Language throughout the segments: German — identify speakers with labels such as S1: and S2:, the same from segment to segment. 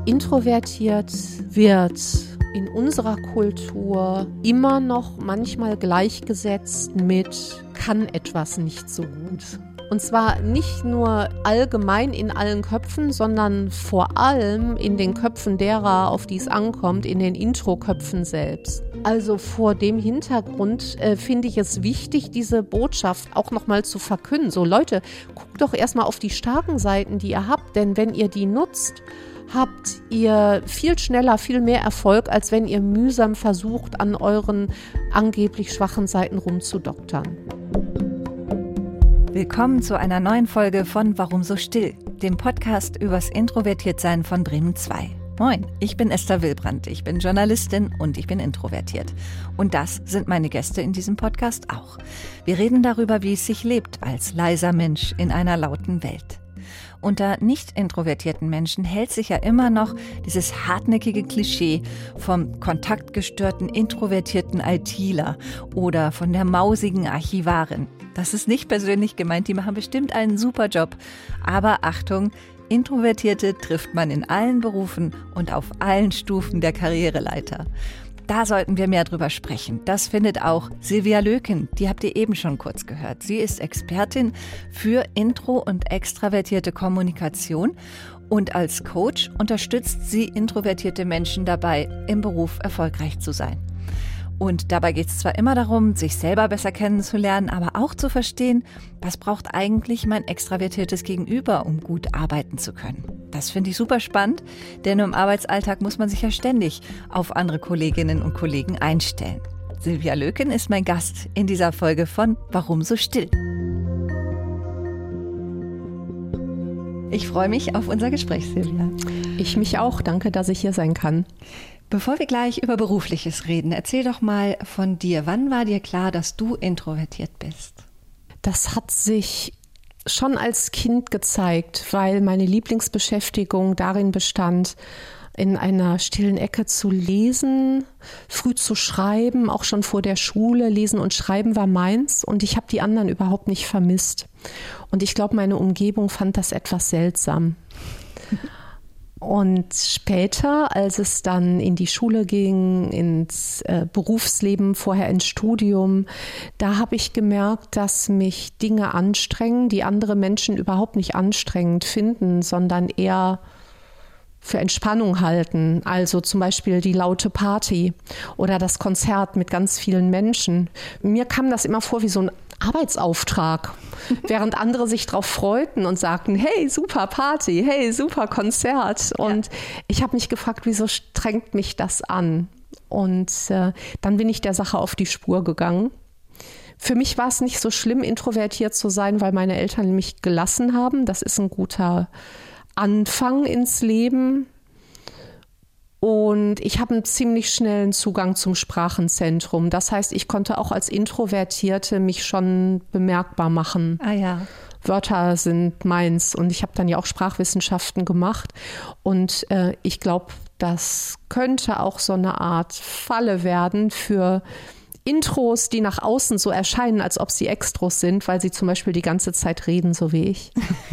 S1: Introvertiert wird in unserer Kultur immer noch manchmal gleichgesetzt mit kann etwas nicht so gut. Und zwar nicht nur allgemein in allen Köpfen, sondern vor allem in den Köpfen derer, auf die es ankommt, in den Intro-Köpfen selbst. Also vor dem Hintergrund finde ich es wichtig, diese Botschaft auch nochmal zu verkünden. So Leute, guckt doch erstmal auf die starken Seiten, die ihr habt, denn wenn ihr die nutzt, habt ihr viel schneller, viel mehr Erfolg, als wenn ihr mühsam versucht, an euren angeblich schwachen Seiten rumzudoktern.
S2: Willkommen zu einer neuen Folge von Warum so still, dem Podcast übers Introvertiertsein von Bremen 2. Moin, ich bin Esther Wilbrandt, ich bin Journalistin und ich bin introvertiert. Und das sind meine Gäste in diesem Podcast auch. Wir reden darüber, wie es sich lebt als leiser Mensch in einer lauten Welt. Unter nicht introvertierten Menschen hält sich ja immer noch dieses hartnäckige Klischee vom kontaktgestörten, introvertierten ITler oder von der mausigen Archivarin. Das ist nicht persönlich gemeint, die machen bestimmt einen super Job. Aber Achtung, Introvertierte trifft man in allen Berufen und auf allen Stufen der Karriereleiter. Da sollten wir mehr drüber sprechen. Das findet auch Silvia Löken, die habt ihr eben schon kurz gehört. Sie ist Expertin für intro- und extravertierte Kommunikation und als Coach unterstützt sie introvertierte Menschen dabei, im Beruf erfolgreich zu sein. Und dabei geht es zwar immer darum, sich selber besser kennenzulernen, aber auch zu verstehen, was braucht eigentlich mein extravertiertes Gegenüber, um gut arbeiten zu können. Das finde ich super spannend, denn im Arbeitsalltag muss man sich ja ständig auf andere Kolleginnen und Kollegen einstellen. Silvia Löken ist mein Gast in dieser Folge von Warum so still? Ich freue mich auf unser Gespräch, Silvia.
S1: Ich mich auch. Danke, dass ich hier sein kann.
S2: Bevor wir gleich über Berufliches reden, erzähl doch mal von dir. Wann war dir klar, dass du introvertiert bist?
S1: Das hat sich schon als Kind gezeigt, weil meine Lieblingsbeschäftigung darin bestand, in einer stillen Ecke zu lesen, früh zu schreiben, auch schon vor der Schule. Lesen und Schreiben war meins und ich habe die anderen überhaupt nicht vermisst. Und ich glaube, meine Umgebung fand das etwas seltsam. Und später, als es dann in die Schule ging, ins Berufsleben, vorher ins Studium, da habe ich gemerkt, dass mich Dinge anstrengen, die andere Menschen überhaupt nicht anstrengend finden, sondern eher für Entspannung halten. Also zum Beispiel die laute Party oder das Konzert mit ganz vielen Menschen. Mir kam das immer vor wie so ein Arbeitsauftrag, während andere sich drauf freuten und sagten, hey, super Party, hey, super Konzert. Und ich habe mich gefragt, wieso strengt mich das an? Und dann bin ich der Sache auf die Spur gegangen. Für mich war es nicht so schlimm, introvertiert zu sein, weil meine Eltern mich gelassen haben. Das ist ein guter Anfang ins Leben. Und ich habe einen ziemlich schnellen Zugang zum Sprachenzentrum. Das heißt, ich konnte auch als Introvertierte mich schon bemerkbar machen.
S2: Ah ja.
S1: Wörter sind meins und ich habe dann ja auch Sprachwissenschaften gemacht. Und ich glaube, das könnte auch so eine Art Falle werden für Intros, die nach außen so erscheinen, als ob sie Extros sind, weil sie zum Beispiel die ganze Zeit reden, so wie ich.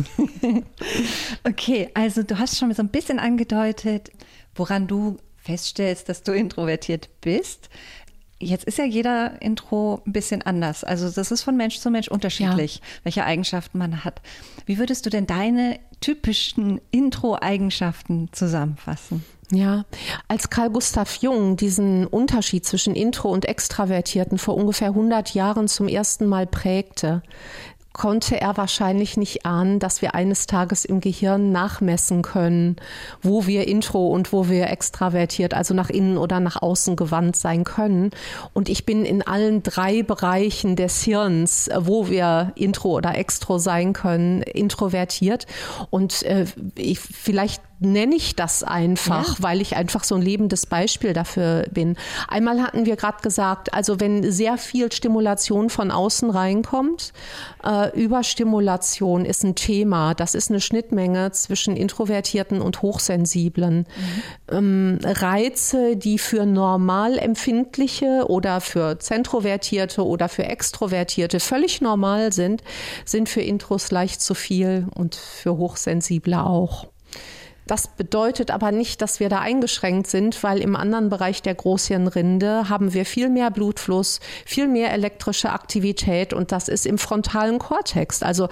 S2: Okay, also du hast schon so ein bisschen angedeutet, woran du feststellst, dass du introvertiert bist. Jetzt ist ja jeder Intro ein bisschen anders. Also das ist von Mensch zu Mensch unterschiedlich, welche Eigenschaften man hat. Wie würdest du denn deine typischen Intro-Eigenschaften zusammenfassen?
S1: Ja, als Carl Gustav Jung diesen Unterschied zwischen Intro- und Extravertierten vor ungefähr 100 Jahren zum ersten Mal prägte, konnte er wahrscheinlich nicht ahnen, dass wir eines Tages im Gehirn nachmessen können, wo wir intro und wo wir extravertiert, also nach innen oder nach außen gewandt sein können. Und ich bin in allen 3 Bereichen des Hirns, wo wir intro oder extro sein können, introvertiert. Und vielleicht nenne ich das einfach, weil ich einfach so ein lebendes Beispiel dafür bin. Einmal hatten wir gerade gesagt, also wenn sehr viel Stimulation von außen reinkommt, Überstimulation ist ein Thema. Das ist eine Schnittmenge zwischen Introvertierten und Hochsensiblen. Reize, die für Normalempfindliche oder für Zentrovertierte oder für Extrovertierte völlig normal sind, sind für Intros leicht zu viel und für Hochsensible auch. Das bedeutet aber nicht, dass wir da eingeschränkt sind, weil im anderen Bereich der Großhirnrinde haben wir viel mehr Blutfluss, viel mehr elektrische Aktivität und das ist im frontalen Kortex. Also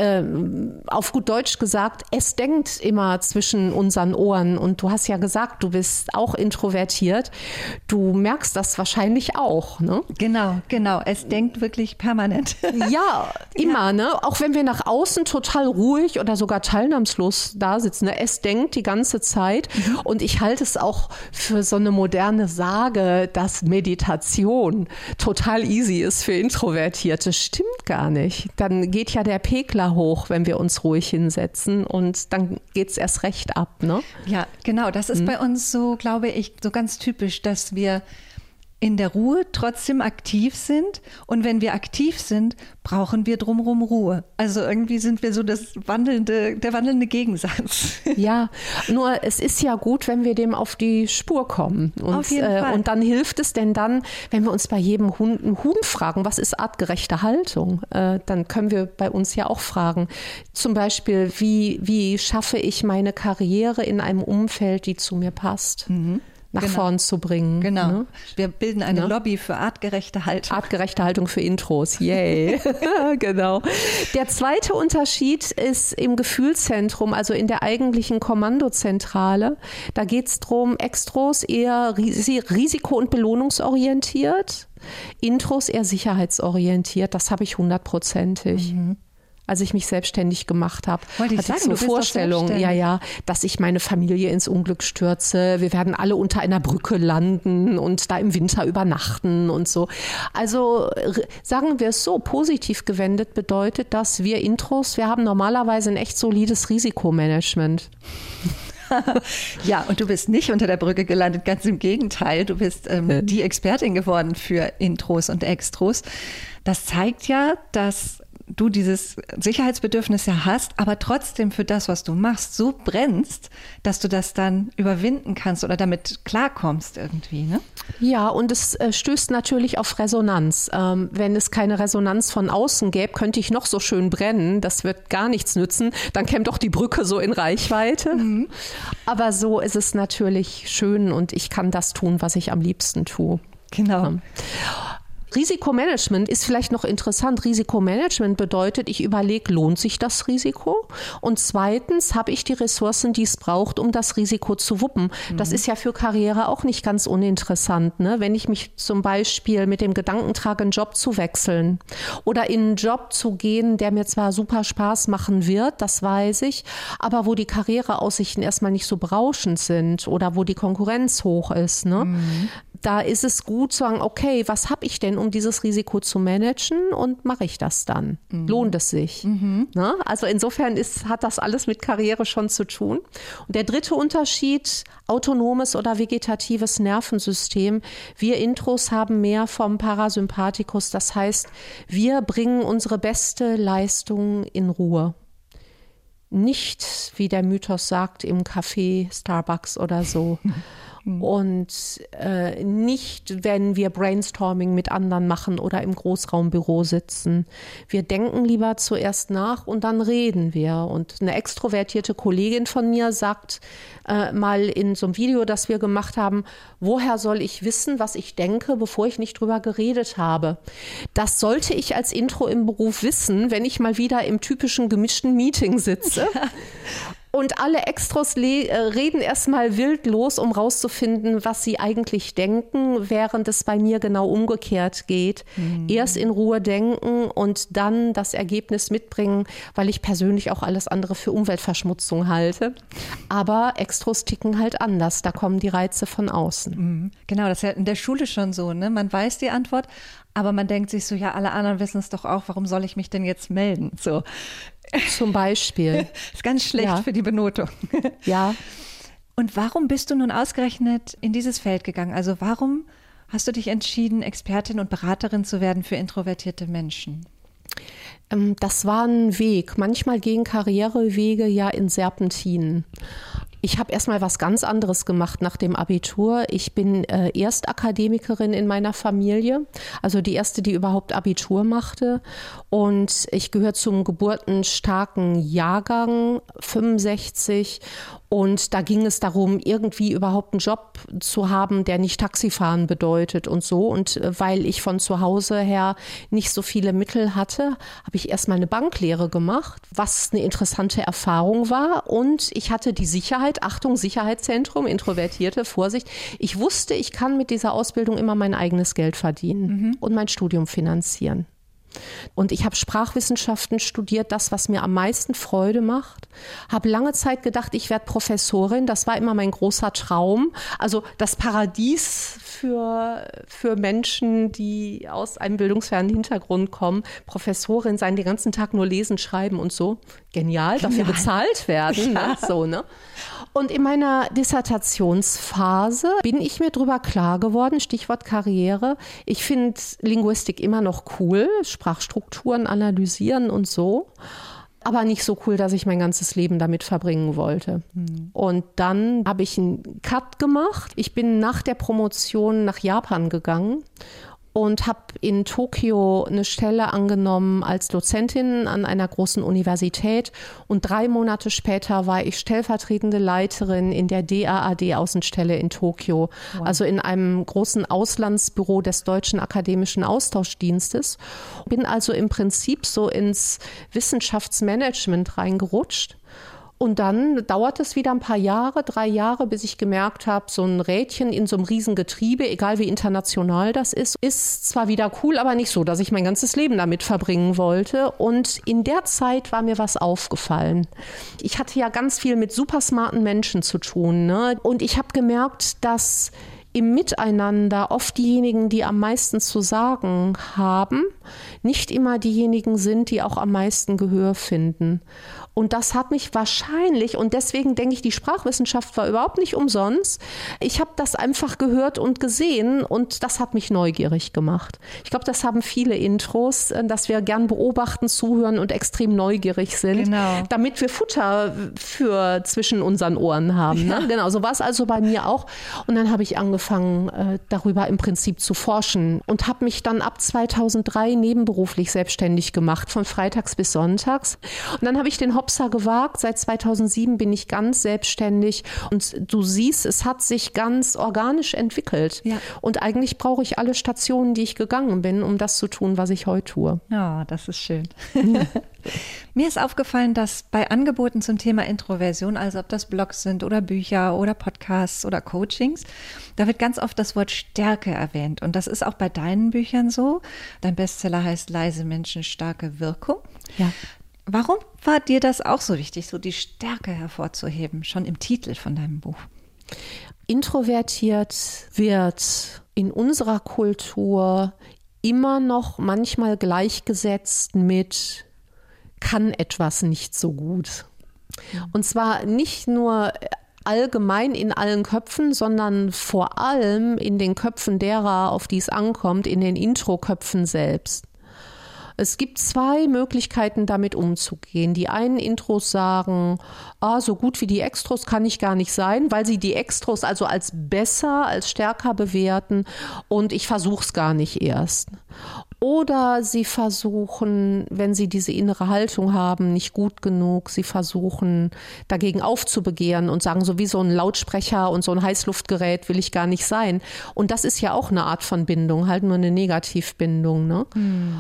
S1: auf gut Deutsch gesagt, es denkt immer zwischen unseren Ohren und du hast ja gesagt, du bist auch introvertiert. Du merkst das wahrscheinlich auch, ne?
S2: Genau. Es denkt wirklich permanent.
S1: Ja, immer, ne? Auch wenn wir nach außen total ruhig oder sogar teilnahmslos da sitzen. Ne? Es denkt die ganze Zeit. Und ich halte es auch für so eine moderne Sage, dass Meditation total easy ist für Introvertierte. Stimmt gar nicht. Dann geht ja der Pegler hoch, wenn wir uns ruhig hinsetzen und dann geht es erst recht ab, ne?
S2: Ja, genau. Das ist bei uns so, glaube ich, so ganz typisch, dass wir in der Ruhe trotzdem aktiv sind und wenn wir aktiv sind, brauchen wir drumherum Ruhe. Also irgendwie sind wir so der wandelnde Gegensatz.
S1: Ja, nur es ist ja gut, wenn wir dem auf die Spur kommen.
S2: Auf jeden Fall.
S1: Und dann hilft es denn dann, wenn wir uns bei jedem Huhn fragen, was ist artgerechte Haltung? Dann können wir bei uns ja auch fragen, zum Beispiel, wie schaffe ich meine Karriere in einem Umfeld, die zu mir passt? Nach vorn zu bringen.
S2: Genau.
S1: Ne?
S2: Wir bilden eine Lobby für artgerechte Haltung.
S1: Artgerechte Haltung für Intros. Yay. Genau. Der zweite Unterschied ist im Gefühlszentrum, also in der eigentlichen Kommandozentrale. Da geht es darum, Extros eher risiko- und belohnungsorientiert, Intros eher sicherheitsorientiert. Das habe ich 100%. Als ich mich selbstständig gemacht habe, hatte ich so eine Vorstellung, dass ich meine Familie ins Unglück stürze. Wir werden alle unter einer Brücke landen und da im Winter übernachten und so. Also sagen wir es so, positiv gewendet bedeutet, dass wir Intros, wir haben normalerweise ein echt solides Risikomanagement.
S2: Ja, und du bist nicht unter der Brücke gelandet, ganz im Gegenteil. Du bist die Expertin geworden für Intros und Extros. Das zeigt ja, dass du dieses Sicherheitsbedürfnis ja hast, aber trotzdem für das, was du machst, so brennst, dass du das dann überwinden kannst oder damit klarkommst irgendwie, ne?
S1: Ja, und es stößt natürlich auf Resonanz. Wenn es keine Resonanz von außen gäbe, könnte ich noch so schön brennen, das wird gar nichts nützen, dann käme doch die Brücke so in Reichweite. Aber so ist es natürlich schön und ich kann das tun, was ich am liebsten tue.
S2: Genau.
S1: Risikomanagement ist vielleicht noch interessant. Risikomanagement bedeutet, ich überlege, lohnt sich das Risiko? Und zweitens, habe ich die Ressourcen, die es braucht, um das Risiko zu wuppen? Das ist ja für Karriere auch nicht ganz uninteressant, ne? Wenn ich mich zum Beispiel mit dem Gedanken trage, einen Job zu wechseln oder in einen Job zu gehen, der mir zwar super Spaß machen wird, das weiß ich, aber wo die Karriereaussichten erstmal nicht so berauschend sind oder wo die Konkurrenz hoch ist, ne? Da ist es gut zu sagen, okay, was habe ich denn, um dieses Risiko zu managen und mache ich das dann? Lohnt es sich? Ne? Also insofern hat das alles mit Karriere schon zu tun. Und der dritte Unterschied, autonomes oder vegetatives Nervensystem. Wir Intros haben mehr vom Parasympathikus, das heißt, wir bringen unsere beste Leistung in Ruhe. Nicht, wie der Mythos sagt, im Café, Starbucks oder so. Und nicht, wenn wir Brainstorming mit anderen machen oder im Großraumbüro sitzen. Wir denken lieber zuerst nach und dann reden wir. Und eine extrovertierte Kollegin von mir sagt mal in so einem Video, das wir gemacht haben, woher soll ich wissen, was ich denke, bevor ich nicht drüber geredet habe? Das sollte ich als Intro im Beruf wissen, wenn ich mal wieder im typischen gemischten Meeting sitze. Und alle Extros reden erstmal wild los, um rauszufinden, was sie eigentlich denken, während es bei mir genau umgekehrt geht. Erst in Ruhe denken und dann das Ergebnis mitbringen, weil ich persönlich auch alles andere für Umweltverschmutzung halte. Aber Extros ticken halt anders, da kommen die Reize von außen.
S2: Genau, das ist ja in der Schule schon so, ne? Man weiß die Antwort, aber man denkt sich so, ja, alle anderen wissen es doch auch, warum soll ich mich denn jetzt melden? So.
S1: Zum Beispiel.
S2: Ist ganz schlecht für die Benotung.
S1: Ja.
S2: Und warum bist du nun ausgerechnet in dieses Feld gegangen? Also warum hast du dich entschieden, Expertin und Beraterin zu werden für introvertierte Menschen?
S1: Das war ein Weg. Manchmal gehen Karrierewege ja in Serpentinen. Ich habe erstmal was ganz anderes gemacht nach dem Abitur. Ich bin Erstakademikerin in meiner Familie, also die erste, die überhaupt Abitur machte. Und ich gehöre zum geburtenstarken Jahrgang 65 Und da ging es darum, irgendwie überhaupt einen Job zu haben, der nicht Taxifahren bedeutet und so. Und weil ich von zu Hause her nicht so viele Mittel hatte, habe ich erstmal eine Banklehre gemacht, was eine interessante Erfahrung war. Und ich hatte die Sicherheit, Achtung, Sicherheitszentrum, Introvertierte, Vorsicht. Ich wusste, ich kann mit dieser Ausbildung immer mein eigenes Geld verdienen und mein Studium finanzieren. Und ich habe Sprachwissenschaften studiert, das, was mir am meisten Freude macht. Habe lange Zeit gedacht, ich werde Professorin. Das war immer mein großer Traum. Also das Paradies für Menschen, die aus einem bildungsfernen Hintergrund kommen. Professorin sein, den ganzen Tag nur lesen, schreiben und so. Genial, dafür bezahlt werden. Ja. Ne? So, ne? Und in meiner Dissertationsphase bin ich mir drüber klar geworden, Stichwort Karriere. Ich finde Linguistik immer noch cool, Sprachstrukturen analysieren und so. Aber nicht so cool, dass ich mein ganzes Leben damit verbringen wollte. Und dann habe ich einen Cut gemacht. Ich bin nach der Promotion nach Japan gegangen und habe in Tokio eine Stelle angenommen als Dozentin an einer großen Universität. Und 3 Monate später war ich stellvertretende Leiterin in der DAAD-Außenstelle in Tokio, also in einem großen Auslandsbüro des Deutschen Akademischen Austauschdienstes. Bin also im Prinzip so ins Wissenschaftsmanagement reingerutscht. Und dann dauert es wieder ein paar Jahre, 3 Jahre, bis ich gemerkt habe, so ein Rädchen in so einem riesen Getriebe, egal wie international das ist zwar wieder cool, aber nicht so, dass ich mein ganzes Leben damit verbringen wollte. Und in der Zeit war mir was aufgefallen. Ich hatte ja ganz viel mit super smarten Menschen zu tun, ne? Und ich habe gemerkt, dass im Miteinander oft diejenigen, die am meisten zu sagen haben, nicht immer diejenigen sind, die auch am meisten Gehör finden. Und das hat mich wahrscheinlich, und deswegen denke ich, die Sprachwissenschaft war überhaupt nicht umsonst. Ich habe das einfach gehört und gesehen und das hat mich neugierig gemacht. Ich glaube, das haben viele Intros, dass wir gern beobachten, zuhören und extrem neugierig sind, damit wir Futter für zwischen unseren Ohren haben. Ne? Genau, so war es also bei mir auch. Und dann habe ich angefangen, darüber im Prinzip zu forschen und habe mich dann ab 2003 nebenberuflich selbstständig gemacht, von freitags bis sonntags. Und dann habe ich den Hopser gewagt. Seit 2007 bin ich ganz selbstständig und du siehst, es hat sich ganz organisch entwickelt. Ja. Und eigentlich brauche ich alle Stationen, die ich gegangen bin, um das zu tun, was ich heute tue.
S2: Ja, das ist schön. Mir ist aufgefallen, dass bei Angeboten zum Thema Introversion, also ob das Blogs sind oder Bücher oder Podcasts oder Coachings, da wird ganz oft das Wort Stärke erwähnt. Und das ist auch bei deinen Büchern so. Dein Bestseller heißt Leise Menschen, starke Wirkung. Ja. Warum war dir das auch so wichtig, so die Stärke hervorzuheben, schon im Titel von deinem Buch?
S1: Introvertiert wird in unserer Kultur immer noch manchmal gleichgesetzt mit kann etwas nicht so gut. Und zwar nicht nur allgemein in allen Köpfen, sondern vor allem in den Köpfen derer, auf die es ankommt, in den Intro-Köpfen selbst. Es gibt 2 Möglichkeiten, damit umzugehen. Die einen Intros sagen, so gut wie die Extros kann ich gar nicht sein, weil sie die Extros also als besser, als stärker bewerten und ich versuche es gar nicht erst. Oder sie versuchen, wenn sie diese innere Haltung haben, nicht gut genug, sie versuchen dagegen aufzubegehren und sagen, so wie so ein Lautsprecher und so ein Heißluftgerät will ich gar nicht sein. Und das ist ja auch eine Art von Bindung, halt nur eine Negativbindung, ne?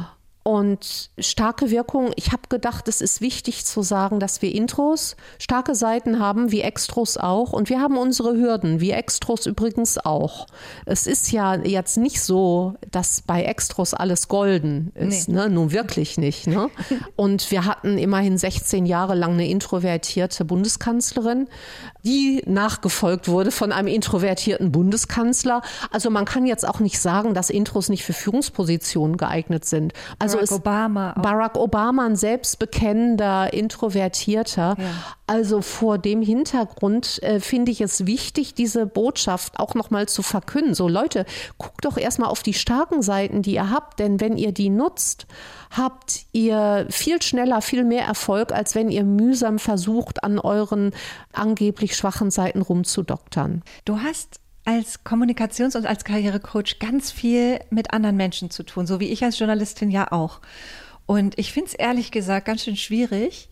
S1: Und starke Wirkung, ich habe gedacht, es ist wichtig zu sagen, dass wir Intros starke Seiten haben, wie Extros auch. Und wir haben unsere Hürden, wie Extros übrigens auch. Es ist ja jetzt nicht so, dass bei Extros alles golden ist, ne? Nun wirklich nicht. Ne? Und wir hatten immerhin 16 Jahre lang eine introvertierte Bundeskanzlerin, die nachgefolgt wurde von einem introvertierten Bundeskanzler. Also man kann jetzt auch nicht sagen, dass Intros nicht für Führungspositionen geeignet sind. Also Barack Obama, ein selbstbekennender Introvertierter. Ja. Also vor dem Hintergrund finde ich es wichtig, diese Botschaft auch nochmal zu verkünden. So Leute, guckt doch erstmal auf die starken Seiten, die ihr habt, denn wenn ihr die nutzt, habt ihr viel schneller, viel mehr Erfolg, als wenn ihr mühsam versucht, an euren angeblich schwachen Seiten rumzudoktern.
S2: Du hast als Kommunikations- und als Karrierecoach ganz viel mit anderen Menschen zu tun, so wie ich als Journalistin ja auch. Und ich finde es ehrlich gesagt ganz schön schwierig,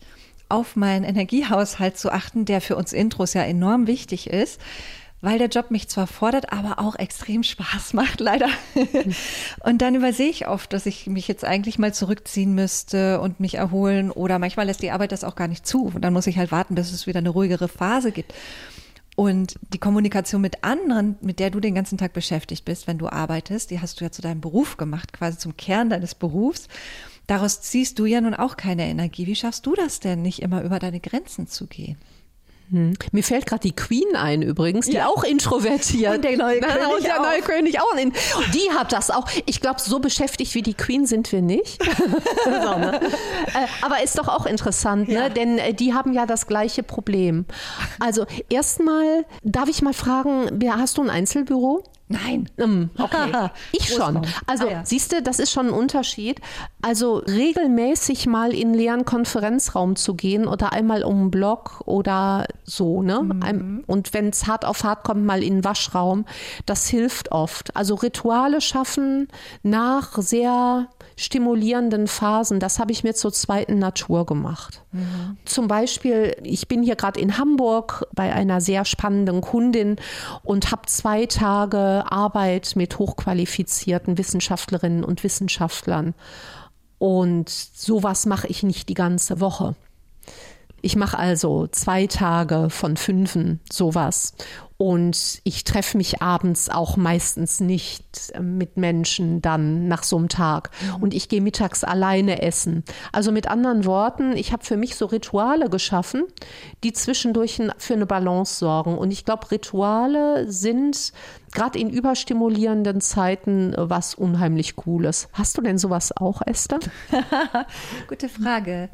S2: auf meinen Energiehaushalt zu achten, der für uns Intros ja enorm wichtig ist, weil der Job mich zwar fordert, aber auch extrem Spaß macht, leider. Und dann übersehe ich oft, dass ich mich jetzt eigentlich mal zurückziehen müsste und mich erholen, oder manchmal lässt die Arbeit das auch gar nicht zu. Und dann muss ich halt warten, bis es wieder eine ruhigere Phase gibt. Und die Kommunikation mit anderen, mit der du den ganzen Tag beschäftigt bist, wenn du arbeitest, die hast du ja zu deinem Beruf gemacht, quasi zum Kern deines Berufs. Daraus ziehst du ja nun auch keine Energie. Wie schaffst du das denn, nicht immer über deine Grenzen zu gehen?
S1: Mir fällt gerade die Queen ein übrigens, die auch introvertiert.
S2: Und der neue König
S1: und der
S2: auch.
S1: neue König auch. Die hat das auch. Ich glaube, so beschäftigt wie die Queen sind wir nicht. So, ne? Aber ist doch auch interessant, ne? Denn die haben ja das gleiche Problem. Also erstmal, darf ich mal fragen, hast du ein Einzelbüro?
S2: Nein.
S1: Okay, ich schon. Also siehst du, das ist schon ein Unterschied. Also regelmäßig mal in einen leeren Konferenzraum zu gehen oder einmal um einen Block oder so, ne? Und wenn es hart auf hart kommt, mal in den Waschraum, das hilft oft. Also Rituale schaffen nach sehr stimulierenden Phasen, das habe ich mir zur zweiten Natur gemacht. Zum Beispiel, ich bin hier gerade in Hamburg bei einer sehr spannenden Kundin und habe 2 Tage Arbeit mit hochqualifizierten Wissenschaftlerinnen und Wissenschaftlern. Und sowas mache ich nicht die ganze Woche. Ich mache also 2 Tage von 5, sowas. Und ich treffe mich abends auch meistens nicht mit Menschen dann nach so einem Tag. Und ich gehe mittags alleine essen. Also mit anderen Worten, ich habe für mich so Rituale geschaffen, die zwischendurch für eine Balance sorgen. Und ich glaube, Rituale sind gerade in überstimulierenden Zeiten was unheimlich Cooles. Hast du denn sowas auch, Esther?
S2: Gute Frage.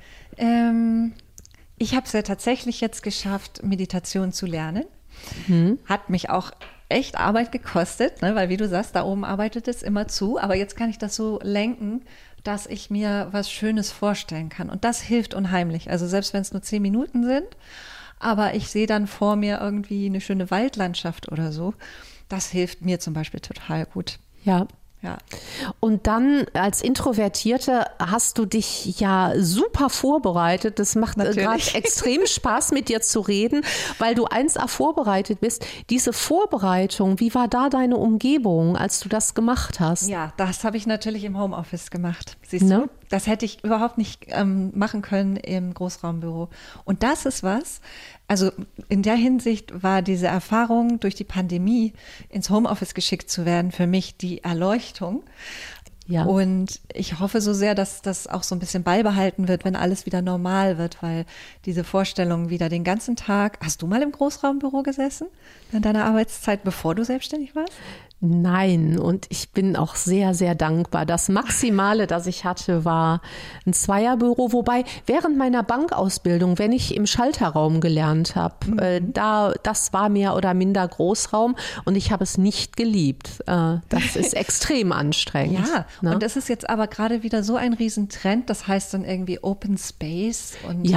S2: Ich habe es ja tatsächlich jetzt geschafft, Meditation zu lernen. Hat mich auch echt Arbeit gekostet, ne? Weil wie du sagst, da oben arbeitet es immer zu. Aber jetzt kann ich das so lenken, dass ich mir was Schönes vorstellen kann. Und das hilft unheimlich. Also selbst wenn es nur 10 Minuten sind, aber ich sehe dann vor mir irgendwie eine schöne Waldlandschaft oder so. Das hilft mir zum Beispiel total gut.
S1: Ja.
S2: Ja.
S1: Und dann als Introvertierte hast du dich ja super vorbereitet. Das macht gerade extrem Spaß, mit dir zu reden, weil du 1A vorbereitet bist. Diese Vorbereitung, wie war da deine Umgebung, als du das gemacht hast?
S2: Ja, das habe ich natürlich im Homeoffice gemacht. Siehst du? Das hätte ich überhaupt nicht machen können im Großraumbüro. Und das ist was, also in der Hinsicht war diese Erfahrung, durch die Pandemie ins Homeoffice geschickt zu werden, für mich die Erleuchtung. Ja. Und ich hoffe so sehr, dass das auch so ein bisschen beibehalten wird, wenn alles wieder normal wird, weil diese Vorstellung wieder den ganzen Tag. Hast du mal im Großraumbüro gesessen in deiner Arbeitszeit, bevor du selbstständig warst?
S1: Nein, und ich bin auch sehr, sehr dankbar. Das Maximale, das ich hatte, war ein Zweierbüro, wobei während meiner Bankausbildung, wenn ich im Schalterraum gelernt habe, das war mehr oder minder Großraum und ich habe es nicht geliebt. Das ist extrem anstrengend.
S2: Ja, ne? Und das ist jetzt aber gerade wieder so ein Riesentrend, das heißt dann irgendwie Open Space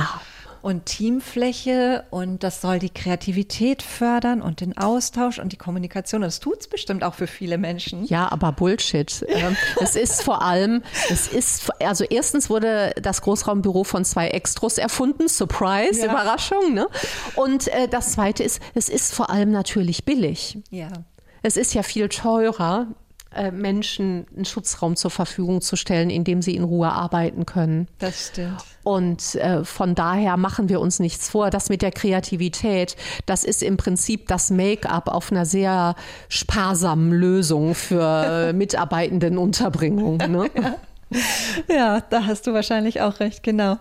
S2: und Teamfläche, und das soll die Kreativität fördern und den Austausch und die Kommunikation. Das tut es bestimmt auch für viele Menschen.
S1: Ja, aber Bullshit. Es ist vor allem, also erstens wurde das Großraumbüro von 2 Extros erfunden. Surprise, ja. Überraschung. Ne? Und das Zweite ist, es ist vor allem natürlich billig.
S2: Ja.
S1: Es ist ja viel teurer, Menschen einen Schutzraum zur Verfügung zu stellen, in dem sie in Ruhe arbeiten können.
S2: Das stimmt.
S1: Und von daher machen wir uns nichts vor. Das mit der Kreativität, das ist im Prinzip das Make-up auf einer sehr sparsamen Lösung für Mitarbeitendenunterbringung. Ne?
S2: Ja, da hast du wahrscheinlich auch recht, genau.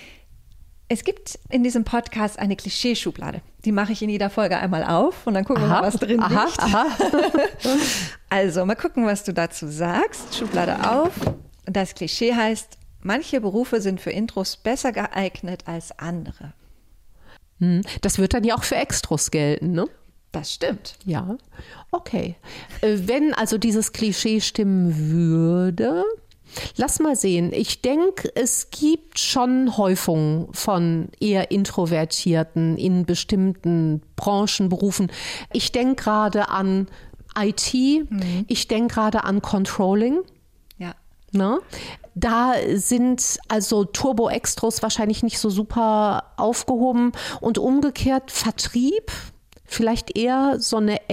S2: Es gibt in diesem Podcast eine Klischeeschublade. Die mache ich in jeder Folge einmal auf und dann gucken wir mal, was drin liegt. Also, mal gucken, was du dazu sagst. Schublade auf. Das Klischee heißt, manche Berufe sind für Intros besser geeignet als andere.
S1: Das wird dann ja auch für Extros gelten, ne?
S2: Das stimmt.
S1: Ja, okay. Wenn also dieses Klischee stimmen würde... Lass mal sehen. Ich denke, es gibt schon Häufungen von eher Introvertierten in bestimmten Branchen, Berufen. Ich denke gerade an IT, ich denke gerade an Controlling.
S2: Ja.
S1: Ne? Da sind also Turbo-Extros wahrscheinlich nicht so super aufgehoben und umgekehrt Vertrieb, vielleicht eher so eine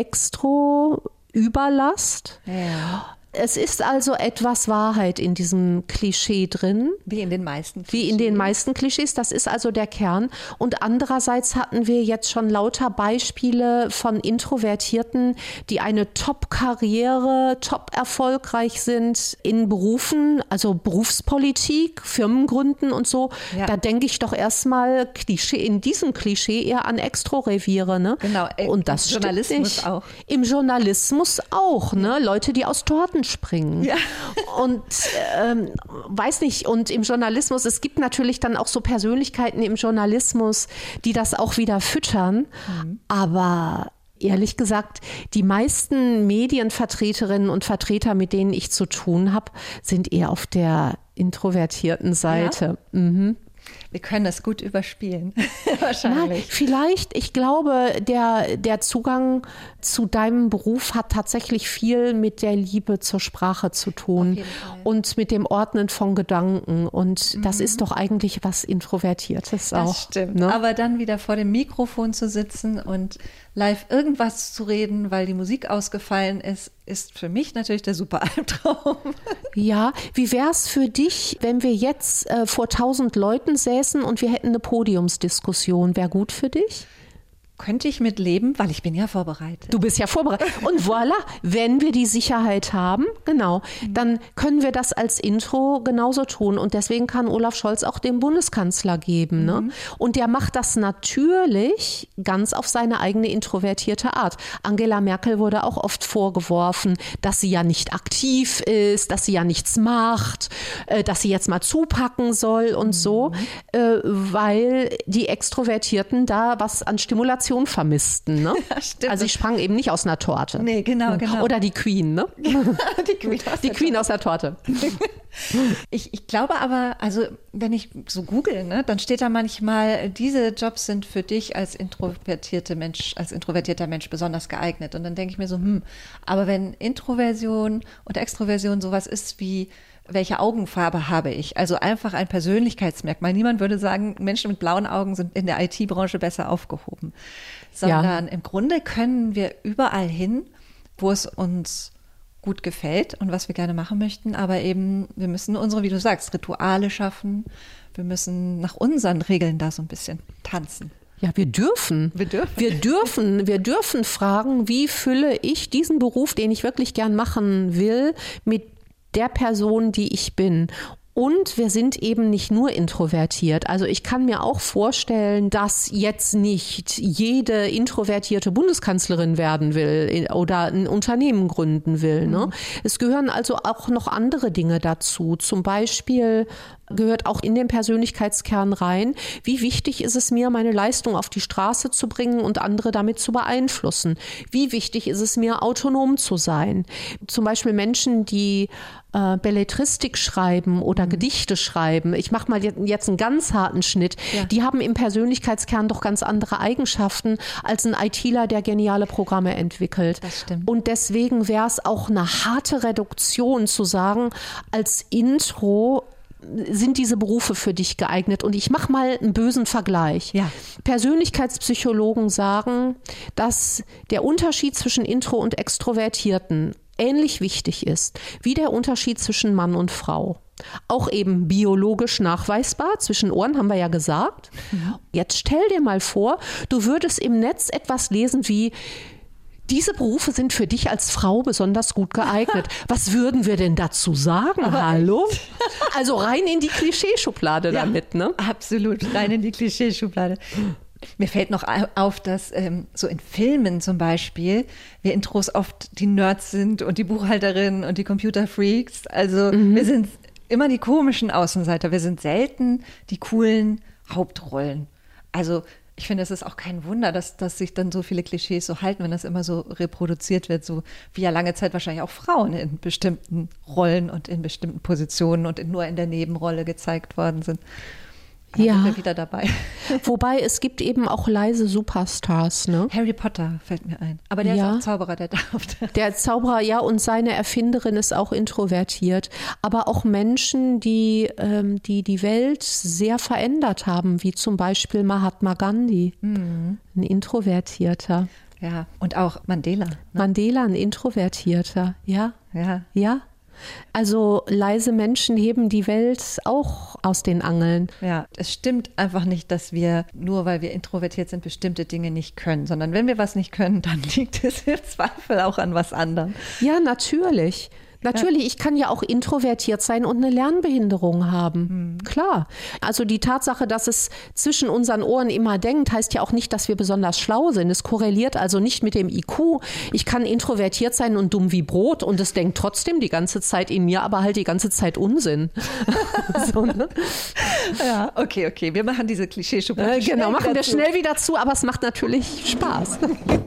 S1: Extro-Überlast.
S2: Ja.
S1: Es ist also etwas Wahrheit in diesem Klischee drin.
S2: Wie in den meisten Klischees.
S1: Wie in den meisten Klischees, das ist also der Kern. Und andererseits hatten wir jetzt schon lauter Beispiele von Introvertierten, die eine Top-Karriere, top erfolgreich sind in Berufen, also Berufspolitik, Firmengründen und so. Ja. Da denke ich doch erstmal in diesem Klischee eher an Extroreviere. Ne?
S2: Genau,
S1: und das
S2: im Journalismus auch.
S1: Im Journalismus auch, ne? Leute, die aus Torten springen. Ja. Und weiß nicht, und im Journalismus, es gibt natürlich dann auch so Persönlichkeiten im Journalismus, die das auch wieder füttern, aber ehrlich gesagt, die meisten Medienvertreterinnen und Vertreter, mit denen ich zu tun habe, sind eher auf der introvertierten Seite. Ja? Mhm.
S2: Wir können es gut überspielen, wahrscheinlich.
S1: Na, vielleicht, ich glaube, der Zugang zu deinem Beruf hat tatsächlich viel mit der Liebe zur Sprache zu tun und mit dem Ordnen von Gedanken. Und das ist doch eigentlich was Introvertiertes auch.
S2: Das stimmt, ne? Aber dann wieder vor dem Mikrofon zu sitzen und live irgendwas zu reden, weil die Musik ausgefallen ist für mich natürlich der super Albtraum.
S1: Ja, wie wäre es für dich, wenn wir jetzt vor 1000 Leuten säßen und wir hätten eine Podiumsdiskussion? Wäre gut für dich?
S2: Könnte ich mit leben, weil ich bin ja vorbereitet.
S1: Du bist ja vorbereitet. Und voilà, wenn wir die Sicherheit haben, genau, dann können wir das als Intro genauso tun. Und deswegen kann Olaf Scholz auch den Bundeskanzler geben. Ne? Und der macht das natürlich ganz auf seine eigene introvertierte Art. Angela Merkel wurde auch oft vorgeworfen, dass sie ja nicht aktiv ist, dass sie ja nichts macht, dass sie jetzt mal zupacken soll und so, weil die Extrovertierten da was an Stimulation vermissten. Ne? Ja, stimmt. Also ich sprang eben nicht aus einer Torte.
S2: Nee, genau.
S1: Oder die Queen, ne? Die Queen aus der Torte.
S2: Ich glaube aber, also wenn ich so google, ne, dann steht da manchmal, diese Jobs sind für dich als introvertierter Mensch besonders geeignet. Und dann denke ich mir so, aber wenn Introversion und Extroversion sowas ist wie, welche Augenfarbe habe ich? Also einfach ein Persönlichkeitsmerkmal. Niemand würde sagen, Menschen mit blauen Augen sind in der IT-Branche besser aufgehoben. Sondern im Grunde können wir überall hin, wo es uns gut gefällt und was wir gerne machen möchten. Aber eben, wir müssen unsere, wie du sagst, Rituale schaffen. Wir müssen nach unseren Regeln da so ein bisschen tanzen.
S1: Ja, wir dürfen fragen, wie fülle ich diesen Beruf, den ich wirklich gern machen will, mit der Person, die ich bin. Und wir sind eben nicht nur introvertiert. Also ich kann mir auch vorstellen, dass jetzt nicht jede introvertierte Bundeskanzlerin werden will oder ein Unternehmen gründen will. Ne? Es gehören also auch noch andere Dinge dazu. Zum Beispiel gehört auch in den Persönlichkeitskern rein, wie wichtig ist es mir, meine Leistung auf die Straße zu bringen und andere damit zu beeinflussen. Wie wichtig ist es mir, autonom zu sein. Zum Beispiel Menschen, die Belletristik schreiben oder Gedichte schreiben. Ich mache mal jetzt einen ganz harten Schnitt. Ja. Die haben im Persönlichkeitskern doch ganz andere Eigenschaften als ein ITler, der geniale Programme entwickelt.
S2: Das stimmt.
S1: Und deswegen wäre es auch eine harte Reduktion zu sagen, als Intro sind diese Berufe für dich geeignet? Und ich mache mal einen bösen Vergleich.
S2: Ja.
S1: Persönlichkeitspsychologen sagen, dass der Unterschied zwischen Intro und Extrovertierten ähnlich wichtig ist wie der Unterschied zwischen Mann und Frau. Auch eben biologisch nachweisbar, zwischen Ohren haben wir ja gesagt. Jetzt stell dir mal vor, du würdest im Netz etwas lesen wie: Diese Berufe sind für dich als Frau besonders gut geeignet. Was würden wir denn dazu sagen? Aber hallo? Also rein in die Klischeeschublade damit, ne?
S2: Absolut, rein in die Klischeeschublade. Mir fällt noch auf, dass so in Filmen zum Beispiel wir Intros oft die Nerds sind und die Buchhalterinnen und die Computerfreaks. Also wir sind immer die komischen Außenseiter. Wir sind selten die coolen Hauptrollen. Also ich finde, es ist auch kein Wunder, dass sich dann so viele Klischees so halten, wenn das immer so reproduziert wird, so wie ja lange Zeit wahrscheinlich auch Frauen in bestimmten Rollen und in bestimmten Positionen und nur in der Nebenrolle gezeigt worden sind. Da sind wir wieder dabei.
S1: Wobei es gibt eben auch leise Superstars, ne?
S2: Harry Potter fällt mir ein. Aber der ist auch Zauberer, der darf.
S1: Der Zauberer, ja, und seine Erfinderin ist auch introvertiert. Aber auch Menschen, die die Welt sehr verändert haben, wie zum Beispiel Mahatma Gandhi, ein Introvertierter.
S2: Ja, und auch Mandela. Ne?
S1: Mandela, ein Introvertierter, ja. Ja. Also leise Menschen heben die Welt auch aus den Angeln.
S2: Ja, es stimmt einfach nicht, dass wir, nur weil wir introvertiert sind, bestimmte Dinge nicht können, sondern wenn wir was nicht können, dann liegt es im Zweifel auch an was anderem.
S1: Ja, natürlich. Natürlich, ich kann ja auch introvertiert sein und eine Lernbehinderung haben. Klar. Also die Tatsache, dass es zwischen unseren Ohren immer denkt, heißt ja auch nicht, dass wir besonders schlau sind. Es korreliert also nicht mit dem IQ. Ich kann introvertiert sein und dumm wie Brot und es denkt trotzdem die ganze Zeit in mir, aber halt die ganze Zeit Unsinn. So, ne?
S2: Ja, okay. Wir machen diese Klischeeschublade.
S1: Genau, machen wir schnell wieder zu, aber es macht natürlich Spaß.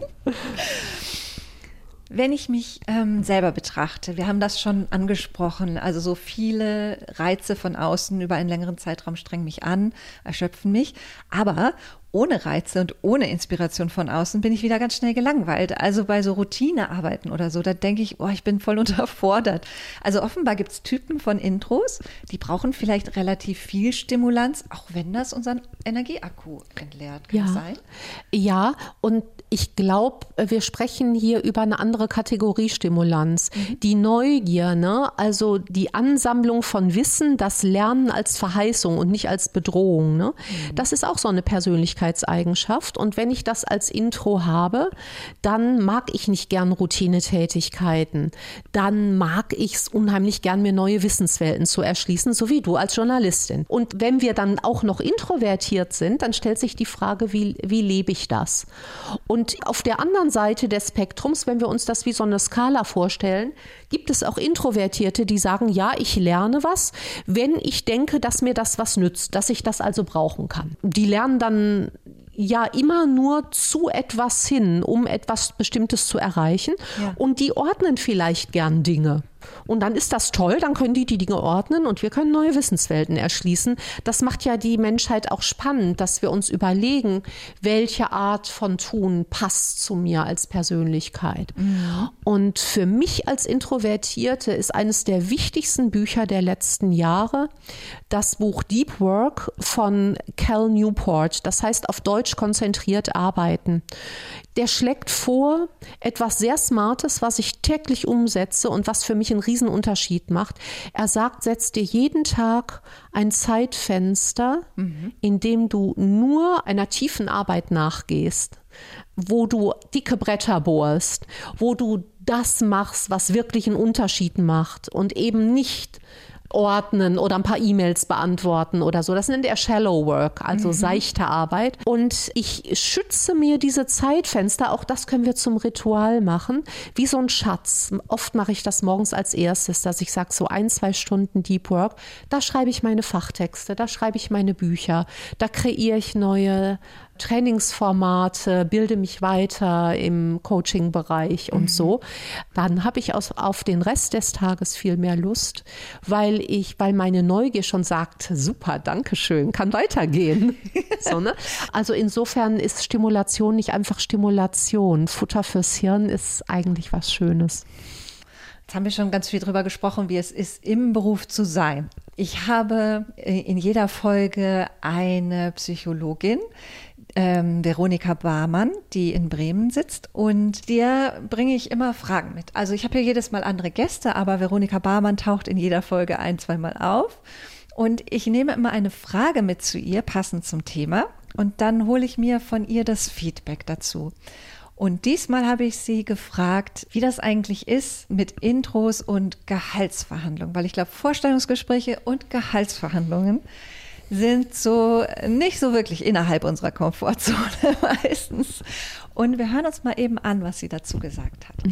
S2: Wenn ich mich selber betrachte, wir haben das schon angesprochen, also so viele Reize von außen über einen längeren Zeitraum strengen mich an, erschöpfen mich, aber ohne Reize und ohne Inspiration von außen bin ich wieder ganz schnell gelangweilt. Also bei so Routinearbeiten oder so, da denke ich, ich bin voll unterfordert. Also offenbar gibt es Typen von Intros, die brauchen vielleicht relativ viel Stimulanz, auch wenn das unseren Energieakku entleert. Kann das sein?
S1: Ja, und ich glaube, wir sprechen hier über eine andere Kategorie Stimulanz. Die Neugier, ne? Also die Ansammlung von Wissen, das Lernen als Verheißung und nicht als Bedrohung. Ne? Das ist auch so eine Persönlichkeitseigenschaft. Und wenn ich das als Intro habe, dann mag ich nicht gern Routinetätigkeiten. Dann mag ich es unheimlich gern, mir neue Wissenswelten zu erschließen, so wie du als Journalistin. Und wenn wir dann auch noch introvertiert sind, dann stellt sich die Frage, wie lebe ich das? Und auf der anderen Seite des Spektrums, wenn wir uns das wie so eine Skala vorstellen, gibt es auch Introvertierte, die sagen, ja, ich lerne was, wenn ich denke, dass mir das was nützt, dass ich das also brauchen kann. Die lernen dann ja immer nur zu etwas hin, um etwas Bestimmtes zu erreichen. Ja. Und die ordnen vielleicht gern Dinge. Und dann ist das toll, dann können die Dinge ordnen und wir können neue Wissenswelten erschließen. Das macht ja die Menschheit auch spannend, dass wir uns überlegen, welche Art von Tun passt zu mir als Persönlichkeit. Und für mich als Introvertierte ist eines der wichtigsten Bücher der letzten Jahre das Buch Deep Work von Cal Newport. Das heißt auf Deutsch konzentriert arbeiten. Der schlägt vor, etwas sehr Smartes, was ich täglich umsetze und was für mich einen Riesenunterschied macht. Er sagt, setz dir jeden Tag ein Zeitfenster, in dem du nur einer tiefen Arbeit nachgehst, wo du dicke Bretter bohrst, wo du das machst, was wirklich einen Unterschied macht und eben nicht ordnen oder ein paar E-Mails beantworten oder so. Das nennt er Shallow Work, also seichte Arbeit. Und ich schütze mir diese Zeitfenster, auch das können wir zum Ritual machen, wie so ein Schatz. Oft mache ich das morgens als erstes, dass ich sage, so 1-2 Stunden Deep Work, da schreibe ich meine Fachtexte, da schreibe ich meine Bücher, da kreiere ich neue Trainingsformate, bilde mich weiter im Coaching-Bereich und so. Dann habe ich auf den Rest des Tages viel mehr Lust, weil meine Neugier schon sagt, super, danke schön, kann weitergehen. So, ne? Also insofern ist Stimulation nicht einfach Stimulation. Futter fürs Hirn ist eigentlich was Schönes.
S2: Jetzt haben wir schon ganz viel drüber gesprochen, wie es ist, im Beruf zu sein. Ich habe in jeder Folge eine Psychologin, Veronika Barmann, die in Bremen sitzt, und der bringe ich immer Fragen mit. Also ich habe hier jedes Mal andere Gäste, aber Veronika Barmann taucht in jeder Folge 1-2 Mal auf und ich nehme immer eine Frage mit zu ihr, passend zum Thema, und dann hole ich mir von ihr das Feedback dazu. Und diesmal habe ich sie gefragt, wie das eigentlich ist mit Intros und Gehaltsverhandlungen, weil ich glaube, Vorstellungsgespräche und Gehaltsverhandlungen sind so nicht so wirklich innerhalb unserer Komfortzone meistens. Und wir hören uns mal eben an, was sie dazu gesagt hat.